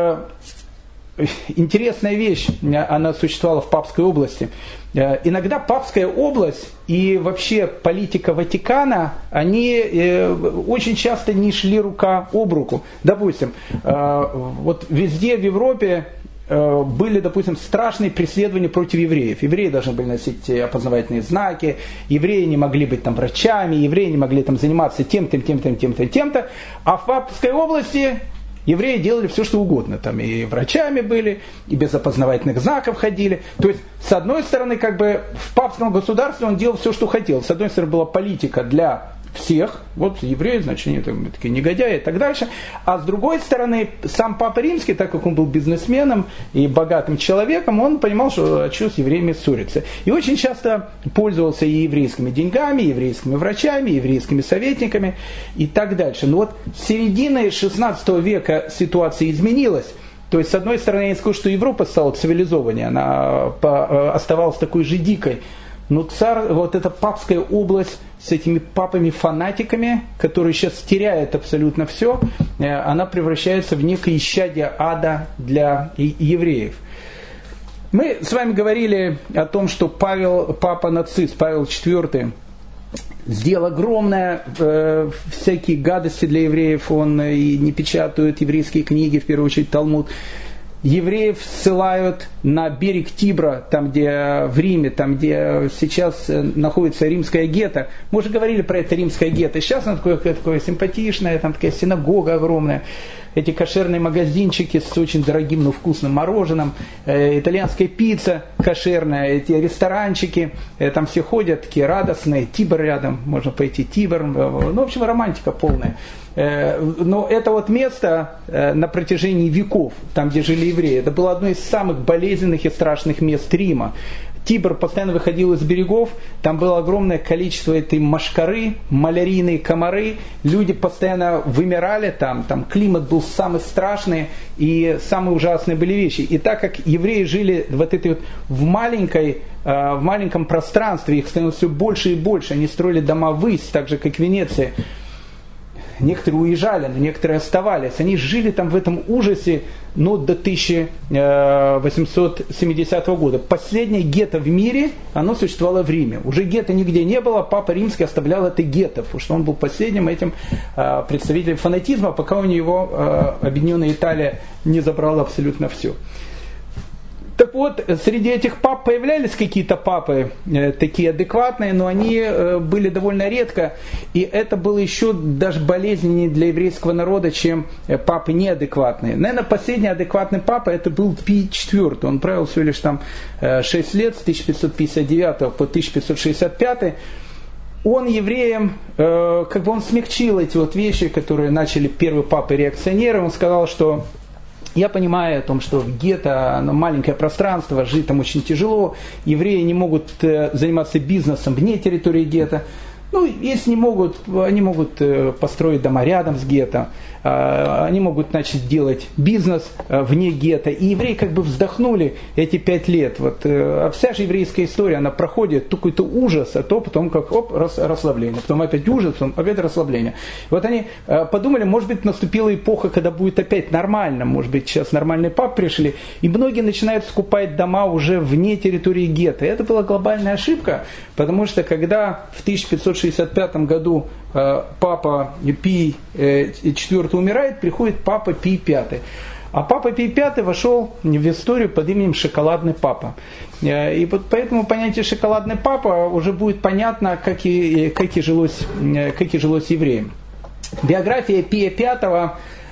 интересная вещь, она существовала в Папской области. Иногда Папская область и вообще политика Ватикана, они очень часто не шли рука об руку. Допустим, вот везде в Европе были, допустим, страшные преследования против евреев. Евреи должны были носить опознавательные знаки, евреи не могли быть там врачами, евреи не могли там заниматься тем-то. А в Папской области евреи делали все, что угодно. Там и врачами были, и без опознавательных знаков ходили. То есть, с одной стороны, как бы в папском государстве он делал все, что хотел. С одной стороны, была политика для всех. Вот евреи, значит, они там, такие негодяи и так дальше. А с другой стороны, сам Папа Римский, так как он был бизнесменом и богатым человеком, он понимал, что с евреями ссориться. И очень часто пользовался и еврейскими деньгами, и еврейскими врачами, и еврейскими советниками и так дальше. Но вот с середины 16 века ситуация изменилась. То есть, с одной стороны, я не скажу, что Европа стала цивилизованнее, она оставалась такой же дикой. но вот эта папская область с этими папами-фанатиками, которые сейчас теряют абсолютно все, она превращается в некое исчадие ада для евреев. Мы с вами говорили о том, что папа-нацист, Павел IV, сделал огромное всякие гадости для евреев, он и не печатает еврейские книги, в первую очередь Талмуд. Евреев ссылают на берег Тибра, там где в Риме, там где сейчас находится римское гетто. Мы уже говорили про это римское гетто. Сейчас оно такое симпатичное, там такая синагога огромная. Эти кошерные магазинчики с очень дорогим, но вкусным мороженым, итальянская пицца кошерная, эти ресторанчики, там все ходят такие радостные, Тибр рядом, можно пойти Тибр, ну, в общем, романтика полная. Но это вот место на протяжении веков, там, где жили евреи, это было одно из самых болезненных и страшных мест Рима. Тибр постоянно выходил из берегов, там было огромное количество этой мошкары, малярийные комары, люди постоянно вымирали там климат был самый страшный и самые ужасные были вещи. И так как евреи жили вот этой вот в маленьком пространстве, их становилось все больше и больше, они строили дома ввысь, так же как в Венеции. Некоторые уезжали, но некоторые оставались. Они жили там в этом ужасе, до 1870 года. Последнее гетто в мире, оно существовало в Риме. Уже гетто нигде не было, Папа Римский оставлял это гетто, потому что он был последним этим представителем фанатизма, пока у него объединенная Италия не забрала абсолютно все. Так вот, среди этих пап появлялись какие-то папы такие адекватные, но они были довольно редко, и это было еще даже болезненнее для еврейского народа, чем папы неадекватные. Наверное, последний адекватный папа это был Пий IV, он правил всего лишь 6 лет, с 1559 по 1565. Он евреям, он смягчил эти вот вещи, которые начали первые папы-реакционеры, он сказал, что я понимаю о том, что в гетто маленькое пространство, жить там очень тяжело, евреи не могут заниматься бизнесом вне территории гетто. Если не могут, они могут построить дома рядом с гетто, они могут начать делать бизнес вне гетто. И евреи вздохнули эти 5 лет. Вся же еврейская история, она проходит какой-то ужас, а то потом расслабление. Потом опять ужас, потом опять расслабление. Они подумали, может быть, наступила эпоха, когда будет опять нормально. Может быть, сейчас нормальные папы пришли. И многие начинают скупать дома уже вне территории гетто. И это была глобальная ошибка, потому что когда в 1565 году папа Пий IV умирает, приходит папа Пий V. А папа Пий V вошел в историю под именем Шоколадный папа. И поэтому понятие Шоколадный папа уже будет понятно, как и жилось евреям. Биография Пия V,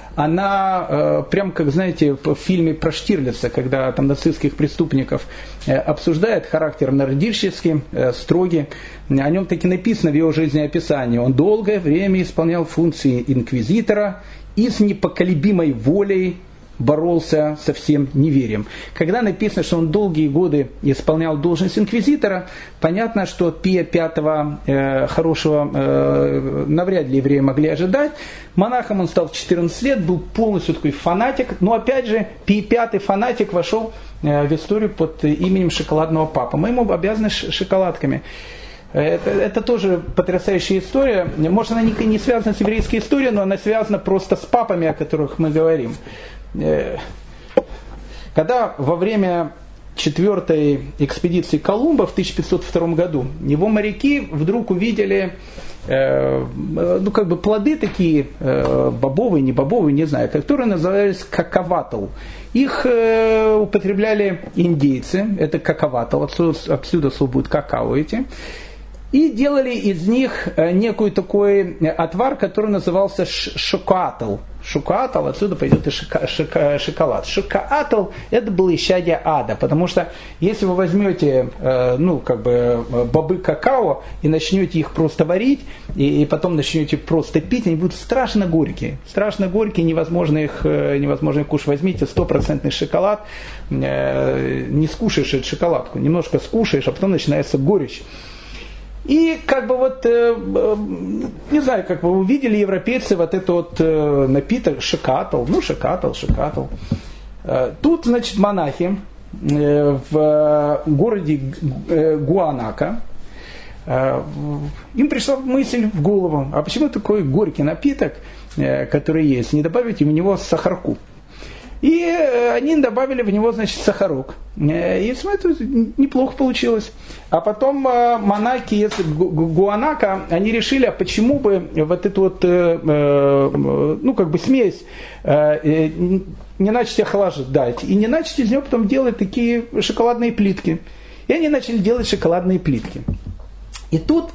она прям как, знаете, в фильме про Штирлица, когда там нацистских преступников обсуждает, характер нордический, строгий. О нем таки написано в его жизнеописании. Он долгое время исполнял функции инквизитора и с непоколебимой волей боролся со всем неверием. Когда написано, что он долгие годы исполнял должность инквизитора, понятно, что от Пия V хорошего навряд ли евреи могли ожидать. Монахом он стал в 14 лет, был полностью такой фанатик, но опять же Пий V фанатик вошел в историю под именем Шоколадного папы. Мы ему обязаны шоколадками. Это тоже потрясающая история. Может, она не связана с еврейской историей, но она связана просто с папами, о которых мы говорим. Когда во время 4-й экспедиции Колумба в 1502 году его моряки вдруг увидели плоды такие, бобовые, не бобовые, не знаю, которые назывались какаватл. Их употребляли индейцы, это какаватл, отсюда слово будет какао эти. И делали из них некий такой отвар, который назывался шокоатл. Шокоатл, отсюда пойдет и шоколад. Шокоатл – это было исчадие ада, потому что если вы возьмете бобы какао и начнете их просто варить, и потом начнете просто пить, они будут страшно горькие. Страшно горькие, невозможно их кушать. Возьмите 100% шоколад, не скушаешь эту шоколадку, немножко скушаешь, а потом начинается горечь. И не знаю, как вы увидели европейцы вот этот напиток шокатл. Шокатл. Тут, значит, монахи в городе Гуанако, им пришла мысль в голову, а почему такой горький напиток, который есть, не добавить в него сахарку? И они добавили в него, значит, сахарок. И смотрите, неплохо получилось. А потом монахи из Гуанако, они решили, а почему бы вот эту вот, смесь не начать охлаждать, и не начать из нее потом делать такие шоколадные плитки. И они начали делать шоколадные плитки. И тут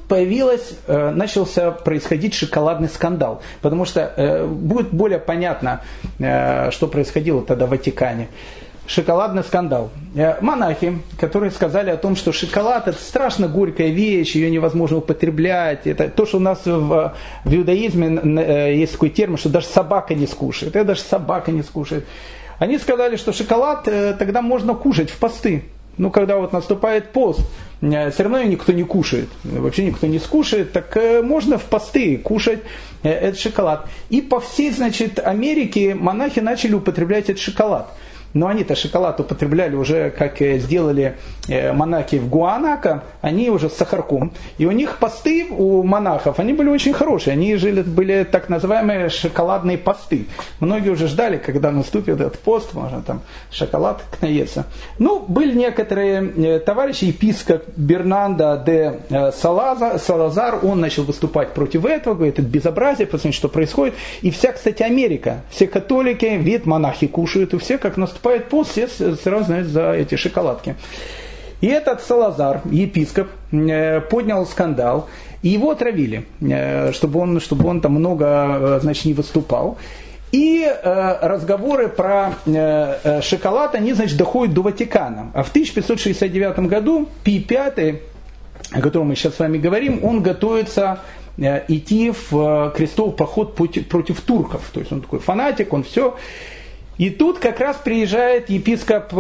начался происходить шоколадный скандал, потому что будет более понятно, что происходило тогда в Ватикане. Шоколадный скандал. Монахи, которые сказали о том, что шоколад – это страшно горькая вещь, ее невозможно употреблять. Это то, что у нас в иудаизме есть такой термин, что даже собака не скушает. Это даже собака не скушает. Они сказали, что шоколад тогда можно кушать в посты. Ну, когда вот наступает пост, все равно ее никто не кушает, вообще никто не скушает, так можно в посты кушать этот шоколад. И по всей, значит, Америке монахи начали употреблять этот шоколад. Но они-то шоколад употребляли уже, как сделали монахи в Гуанако, они уже с сахарком. И у них посты, у монахов, они были очень хорошие. Они были так называемые шоколадные посты. Многие уже ждали, когда наступит этот пост, можно там шоколад наесться. Ну, были некоторые товарищи, епископ Бернандо де Салазар, он начал выступать против этого, говорит, это безобразие, посмотрите, что происходит. И вся, кстати, Америка, все католики, вид монахи кушают, и все, как наступает пост, все сразу знают за эти шоколадки. И этот Салазар, епископ, поднял скандал, и его отравили, чтобы он там много, значит, не выступал. И разговоры про шоколад, они, значит, доходят до Ватикана. А в 1569 году Пий V, о котором мы сейчас с вами говорим, он готовится идти в крестовый поход против турков. То есть он такой фанатик, он все. И тут как раз приезжает епископ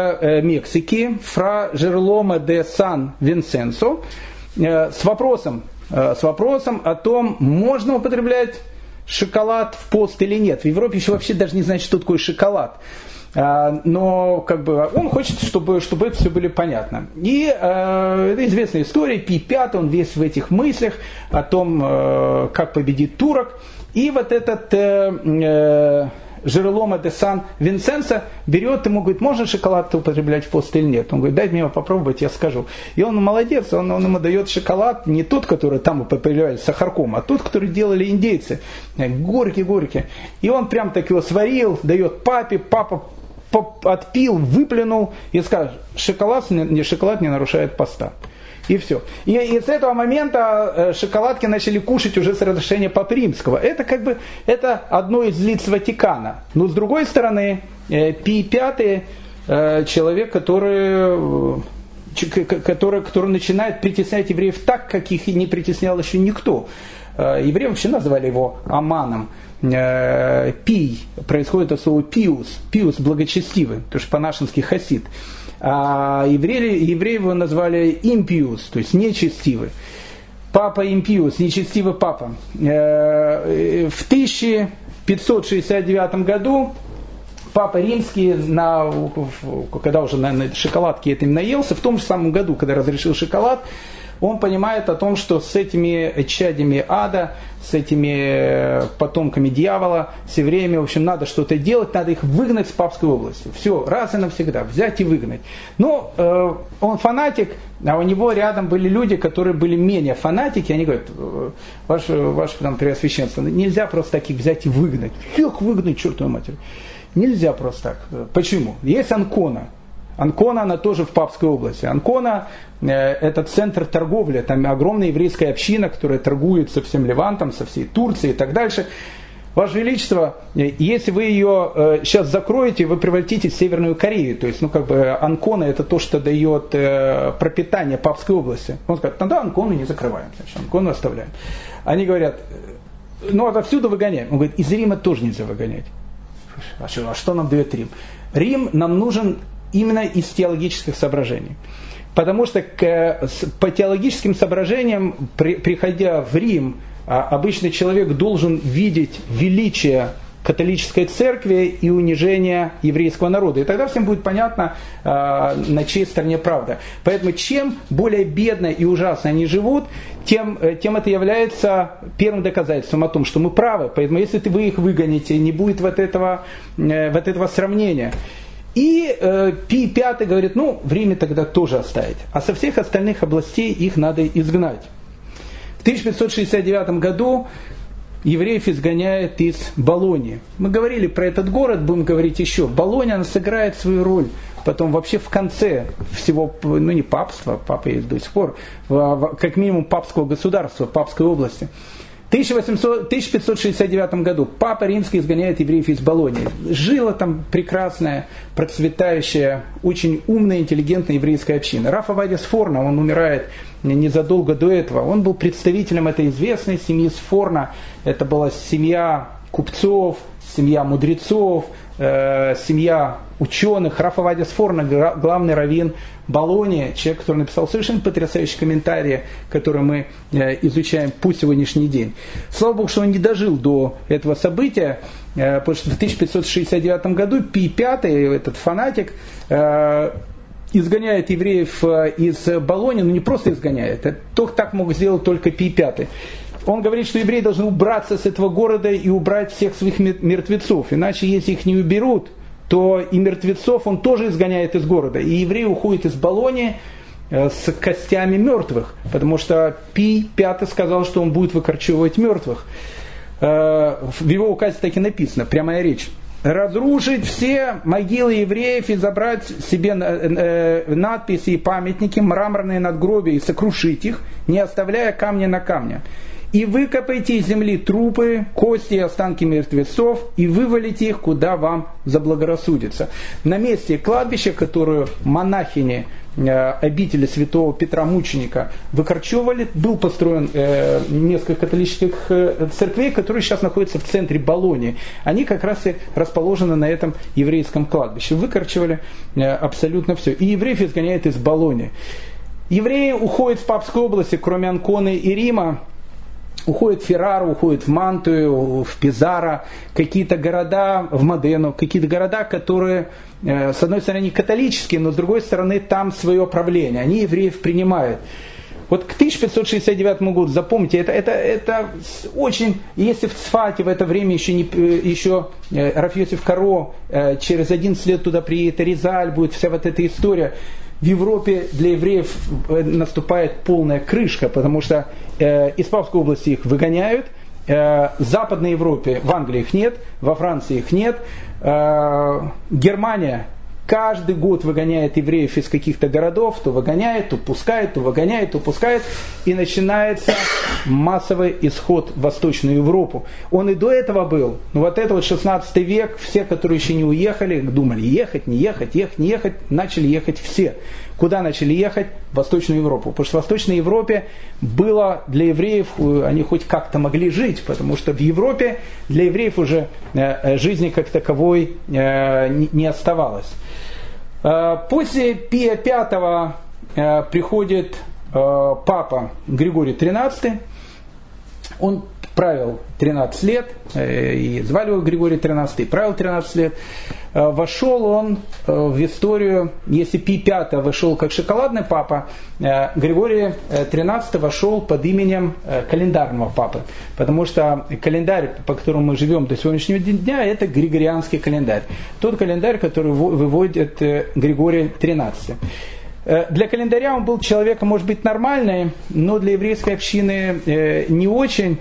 Мексики Фра Жерломо де Сан-Винсенсо с вопросом о том, можно употреблять шоколад в пост или нет. В Европе еще вообще даже не знают, что такое шоколад. Но как бы он хочет, чтобы это все было понятно. И это известная история. Пий V, он весь в этих мыслях о том, как победить турок. И вот этот Жерломо де Сан-Винсенсо берет ему, говорит, можно шоколад употреблять в пост или нет? Он говорит, дайте мне его попробовать, я скажу. И он молодец, он ему дает шоколад, не тот, который там употребляли с сахарком, а тот, который делали индейцы. Горький. И он прям так его сварил, дает папе, папа отпил, выплюнул и сказал, шоколад не нарушает поста. И все. И с этого момента шоколадки начали кушать уже с разрешения Папы Римского. Это как бы это одно из лиц Ватикана. Но с другой стороны, Пий V человек, который начинает притеснять евреев так, как их и не притеснял еще никто. Евреи вообще назвали его Аманом. Пий происходит от слова пиус. Пиус благочестивый, потому что по-нашенски хасид. А евреи его назвали импиус, то есть нечестивый. Папа Импиус, нечестивый папа. В 1569 году Папа Римский, когда уже, наверное, шоколадки этим наелся, в том же самом году, когда разрешил шоколад, он понимает о том, что с этими чадями ада, с этими потомками дьявола, все время, в общем, надо что-то делать, надо их выгнать с Папской области. Все, раз и навсегда, взять и выгнать. Но он фанатик, а у него рядом были люди, которые были менее фанатики, они говорят, ваше там, Преосвященство, нельзя просто так их взять и выгнать. Как выгнать, чертову матерь? Нельзя просто так. Почему? Есть Анкона. Анкона, она тоже в Папской области. Анкона – это центр торговли, там огромная еврейская община, которая торгует со всем Левантом, со всей Турцией и так дальше. Ваше Величество, если вы ее сейчас закроете, вы превратитесь в Северную Корею. То есть, Анкона – это то, что дает пропитание Папской области. Он скажет, тогда Анкону не закрываем, значит, Анкону оставляем. Они говорят, отовсюду выгоняем. Он говорит, из Рима тоже нельзя выгонять. А что нам дает Рим? Рим нам нужен именно из теологических соображений. Потому что по теологическим соображениям, приходя в Рим, обычный человек должен видеть величие католической церкви и унижения еврейского народа. И тогда всем будет понятно, на чьей стороне правда. Поэтому чем более бедно и ужасно они живут, тем это является первым доказательством о том, что мы правы. Поэтому если вы их выгоните, не будет вот этого сравнения. И Пий V говорит, в Риме тогда тоже оставить. А со всех остальных областей их надо изгнать. В 1569 году евреев изгоняет из Болоньи. Мы говорили про этот город, будем говорить еще. Болонья, она сыграет свою роль. Потом вообще в конце всего, не папства, папа есть до сих пор, как минимум папского государства, папской области. В 1569 году Папа Римский изгоняет евреев из Болоньи. Жила там прекрасная, процветающая, очень умная, интеллигентная еврейская община. Раф Овадия Сфорна, он умирает незадолго до этого. Он был представителем этой известной семьи Сфорна. Это была семья купцов, семья мудрецов, семья ученых. Раф Овадия Сфорна, главный раввин Болоньи, человек, который написал совершенно потрясающие комментарии, которые мы изучаем по сегодняшний день. Слава Богу, что он не дожил до этого события, потому что в 1569 году Пий V, этот фанатик, изгоняет евреев из Болоньи, но не просто изгоняет, так мог сделать только Пий V. Он говорит, что евреи должны убраться с этого города и убрать всех своих мертвецов, иначе если их не уберут, то и мертвецов он тоже изгоняет из города. И евреи уходят из Болоньи с костями мертвых, потому что Пий V сказал, что он будет выкорчевывать мертвых. В его указе так и написано, прямая речь. Разрушить все могилы евреев и забрать себе надписи и памятники, мраморные надгробия и сокрушить их, не оставляя камня на камне. И выкопайте из земли трупы, кости и останки мертвецов, и вывалите их, куда вам заблагорассудится. На месте кладбища, которое монахини обители святого Петра Мученика выкорчевывали, был построен несколько католических церквей, которые сейчас находятся в центре Болоньи. Они как раз и расположены на этом еврейском кладбище. Выкорчевали абсолютно все. И евреев изгоняют из Болоньи. Евреи уходят в Папскую область, кроме Анконы и Рима. Уходит в Феррару, уходит в Мантую, в Пизаро, какие-то города, в Модену, какие-то города, которые, с одной стороны, они католические, но с другой стороны, там свое правление. Они евреев принимают. Вот к 1569 году, запомните, это очень, если в Цфате в это время еще Раф Йосеф Каро, через 11 лет туда приедет Аризаль, будет вся вот эта история. В Европе для евреев наступает полная крышка, потому что из Папской области их выгоняют, в Западной Европе, в Англии их нет, во Франции их нет, Германия каждый год выгоняет евреев из каких-то городов, то выгоняет, то пускает, то выгоняет, то пускает, и начинается массовый исход в Восточную Европу. Он и до этого был, но вот это вот 16 век, все, которые еще не уехали, думали, ехать, не ехать, начали ехать все. Куда начали ехать? В Восточную Европу. Потому что в Восточной Европе было для евреев, они хоть как-то могли жить, потому что в Европе для евреев уже жизни как таковой не оставалось. После Пия V приходит папа Григорий XIII. Он правил 13 лет, и звали его Григорий XIII, правил 13 лет. Вошел он в историю, если Пий V вошел как шоколадный папа, Григорий XIII вошел под именем календарного папы. Потому что календарь, по которому мы живем до сегодняшнего дня, это Григорианский календарь. Тот календарь, который выводит Григорий XIII. Для календаря он был человеком, может быть, нормальный, но для еврейской общины не очень.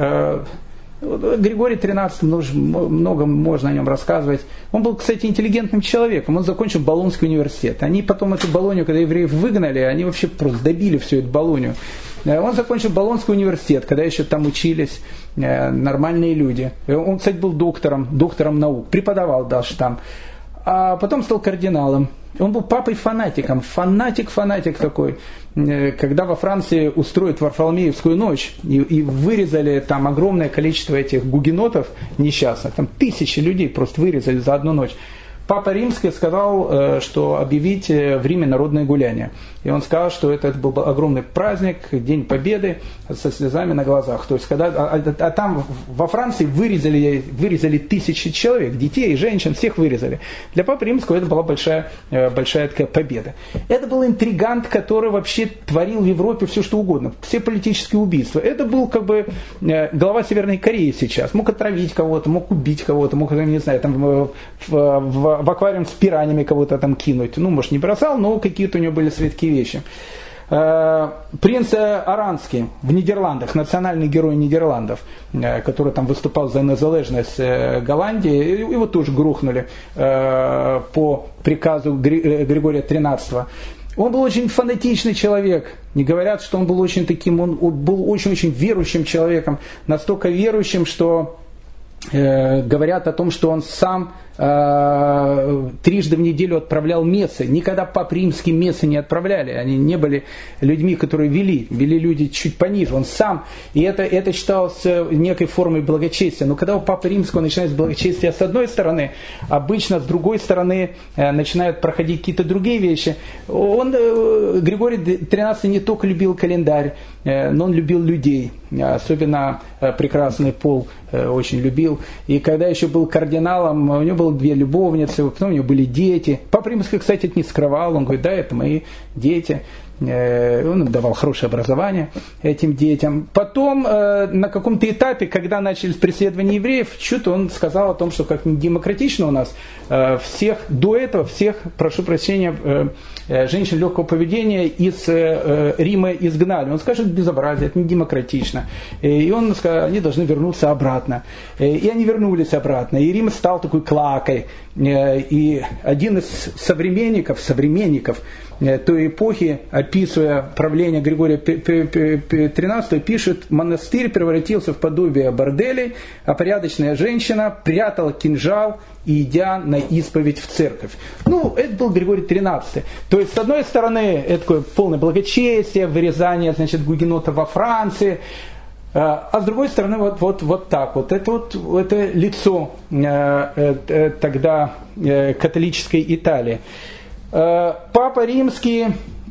Григорий XIII, много можно о нем рассказывать. Он был, кстати, интеллигентным человеком. Он закончил Болонский университет. Они потом эту Болонью, когда евреев выгнали, они вообще просто добили всю эту Болонью. Он закончил Болонский университет, когда еще там учились нормальные люди. Он, кстати, был доктором наук, преподавал даже там. А потом стал кардиналом. Он был папой-фанатиком, фанатик такой. Когда во Франции устроят Варфоломеевскую ночь и вырезали там огромное количество этих гугенотов несчастных, там тысячи людей просто вырезали за одну ночь. Папа Римский сказал, что объявить в Риме народное гуляние. И он сказал, что это был огромный праздник, День Победы со слезами на глазах. То есть, там во Франции вырезали тысячи человек, детей, женщин, всех вырезали. Для Папы Римского это была большая такая победа. Это был интригант, который вообще творил в Европе все, что угодно. Все политические убийства. Это был глава Северной Кореи сейчас. Мог отравить кого-то, мог убить кого-то, мог, не знаю, там, в аквариум с пираньями кого-то там кинуть. Ну, может, не бросал, но какие-то у него были светские вещи. Принц Аранский в Нидерландах, национальный герой Нидерландов, который там выступал за незалежность Голландии, его тоже грохнули по приказу Григория XIII. Он был очень фанатичный человек. Не говорят, что он был очень таким, он был очень-очень верующим человеком, настолько верующим, что говорят о том, что он сам трижды в неделю отправлял мессы. Никогда Папы Римские мессы не отправляли. Они не были людьми, которые вели люди чуть пониже. Он сам. И это считалось некой формой благочестия. Но когда у Папы Римского начинается благочестие с одной стороны, обычно с другой стороны начинают проходить какие-то другие вещи. Григорий XIII не только любил календарь, но он любил людей. Особенно прекрасный пол очень любил. И когда еще был кардиналом, у него было 2 любовницы, потом у него были дети. Папа Римский, кстати, это не скрывал. Он говорит, да, это мои дети. Он давал хорошее образование этим детям. Потом, на каком-то этапе, когда начались преследования евреев, что-то он сказал о том, что как демократично у нас, до этого всех, прошу прощения, женщин легкого поведения из Рима изгнали. Он скажет, это безобразие, это не демократично. И он сказал, они должны вернуться обратно. И они вернулись обратно. И Рим стал такой клакой. И один из современников той эпохи, описывая правление Григория XIII, пишет: монастырь превратился в подобие борделей, а порядочная женщина прятала кинжал, идя на исповедь в церковь. Ну, это был Григорий XIII. То есть, с одной стороны, это такое полное благочестие, вырезание, значит, гугенотов во Франции, а с другой стороны, вот так вот. Это лицо тогда католической Италии. Папа Римский,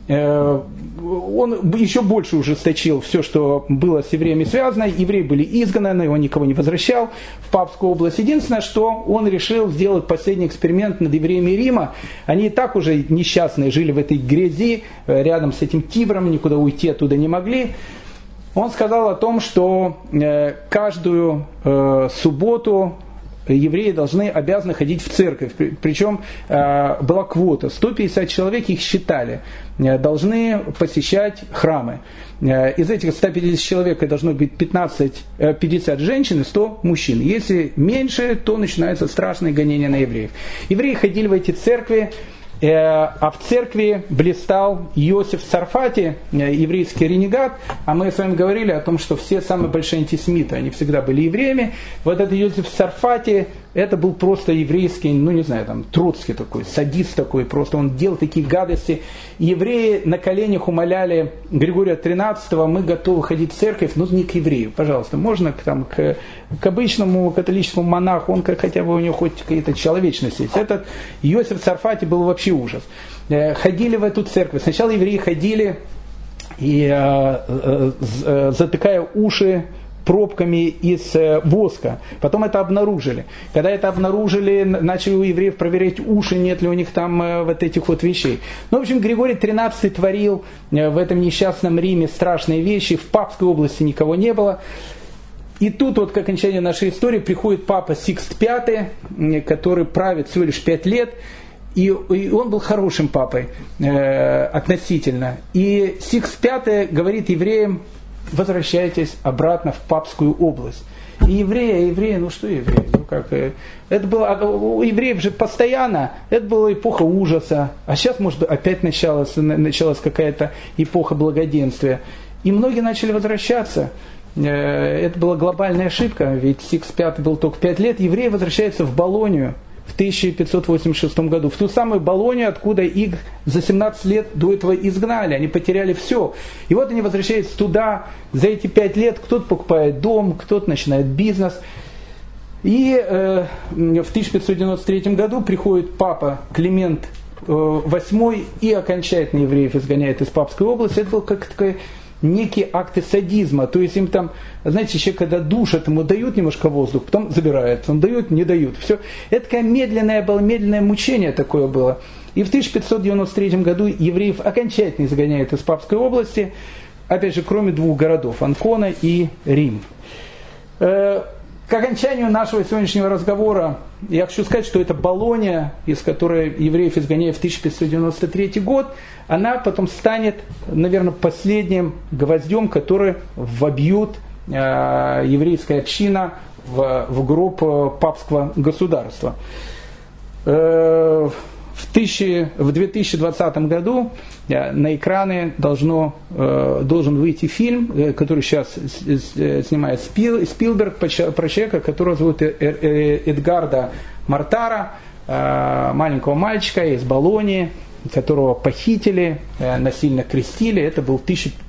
он еще больше ужесточил все, что было с евреями связано. Евреи были изгнаны, он никого не возвращал в папскую область. Единственное, что он решил сделать последний эксперимент над евреями Рима. Они и так уже несчастные, жили в этой грязи, рядом с этим Тибром, никуда уйти оттуда не могли. Он сказал о том, что каждую субботу евреи обязаны ходить в церковь. Причем была квота. 150 человек, их считали, должны посещать храмы. Из этих 150 человек должно быть 50 женщин и 100 мужчин. Если меньше, то начинаются страшные гонения на евреев. Евреи ходили в эти церкви, а в церкви блистал Иосиф Царфати, еврейский ренегат. А мы с вами говорили о том, что все самые большие антисемиты, они всегда были евреями. Вот этот Иосиф Царфати, это был просто еврейский, не знаю, там, Троцкий такой, садист такой, просто он делал такие гадости. Евреи на коленях умоляли Григория XIII: мы готовы ходить в церковь, но не к еврею, пожалуйста, можно к обычному католическому монаху, он хотя бы у него хоть какая-то человечность есть. Этот Иосиф Царфати был вообще ужас. Ходили в эту церковь. Сначала евреи ходили, и затыкая уши пробками из воска. Потом это обнаружили. Когда это обнаружили, начали у евреев проверять уши, нет ли у них там вот этих вот вещей. В общем, Григорий XIII творил в этом несчастном Риме страшные вещи. В папской области никого не было. И тут, вот к окончанию нашей истории, приходит папа Сикст V, который правит всего лишь 5 лет. И он был хорошим папой относительно. И Сикст V говорит евреям: возвращайтесь обратно в папскую область. И евреи, что евреи? Это было у евреев же постоянно, это была эпоха ужаса, а сейчас, может быть, опять началась какая-то эпоха благоденствия. И многие начали возвращаться. Это была глобальная ошибка, ведь Сикст V был только 5 лет. Евреи возвращаются в Болонию в 1586 году, в ту самую Болонию, откуда их за 17 лет до этого изгнали. Они потеряли все. И вот они возвращаются туда. За эти 5 лет кто-то покупает дом, кто-то начинает бизнес. И в 1593 году приходит папа Климент VIII и окончательно евреев изгоняет из Папской области. Это был как такой некие акты садизма. То есть им там, знаете, человек, когда душат, ему дают немножко воздух, потом забирают, он дают, не дают. Все. Это такое медленное мучение такое было. И в 1593 году евреев окончательно изгоняют из Папской области, опять же, кроме двух городов, Анкона и Рим. К окончанию нашего сегодняшнего разговора я хочу сказать, что эта Болонья, из которой евреев изгоняют в 1593 год, она потом станет, наверное, последним гвоздем, который вобьет еврейская община в гроб папского государства. В 2020 году на экраны должен выйти фильм, который сейчас снимает Спилберг, про человека, которого зовут Эдгарда Мортара, маленького мальчика из Болоньи, которого похитили, насильно крестили. Это был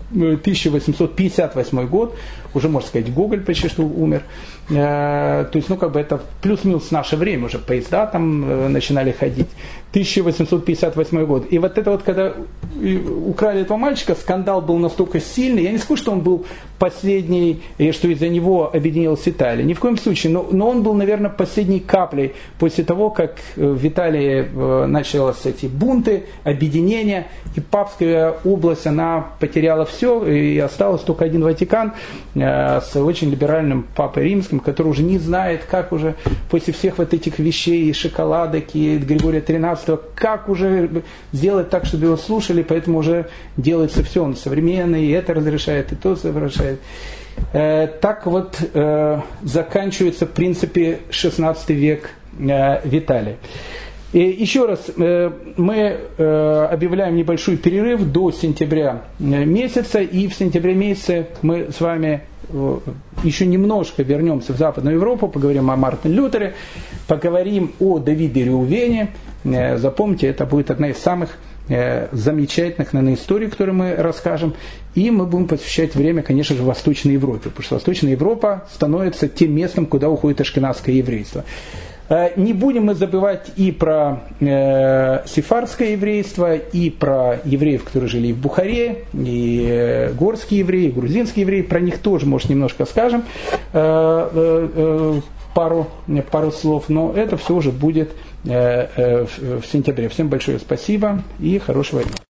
1858 год, уже, можно сказать, Гоголь почти что умер. То есть, это плюс-минус наше время, уже поезда там начинали ходить. 1858 год. И вот это вот, когда украли этого мальчика, скандал был настолько сильный. Я не скажу, что он был последний, и что из-за него объединилась Италия. Ни в коем случае. Но он был, наверное, последней каплей после того, как в Италии начались эти бунты, объединения, и Папская область, она потеряла все, и осталось только один Ватикан с очень либеральным Папой Римским, который уже не знает, как уже после всех вот этих вещей, и шоколадок, и Григория XIII, как уже сделать так, чтобы его слушали, поэтому уже делается все, он современный, и это разрешает, и то разрешает. Так вот заканчивается, в принципе, 16 век в Италии. И еще раз, мы объявляем небольшой перерыв до сентября месяца, и в сентябре месяце мы с вами еще немножко вернемся в Западную Европу, поговорим о Мартине Лютере, поговорим о Давиде Реувене. Запомните, это будет одна из самых замечательных, наверное, историй, которые мы расскажем. И мы будем посвящать время, конечно же, Восточной Европе, потому что Восточная Европа становится тем местом, куда уходит ашкеназское еврейство. Не будем мы забывать и про сефардское еврейство, и про евреев, которые жили и в Бухаре, и горские евреи, и грузинские евреи. Про них тоже, может, немножко скажем пару слов, но это все уже будет в сентябре. Всем большое спасибо и хорошего дня.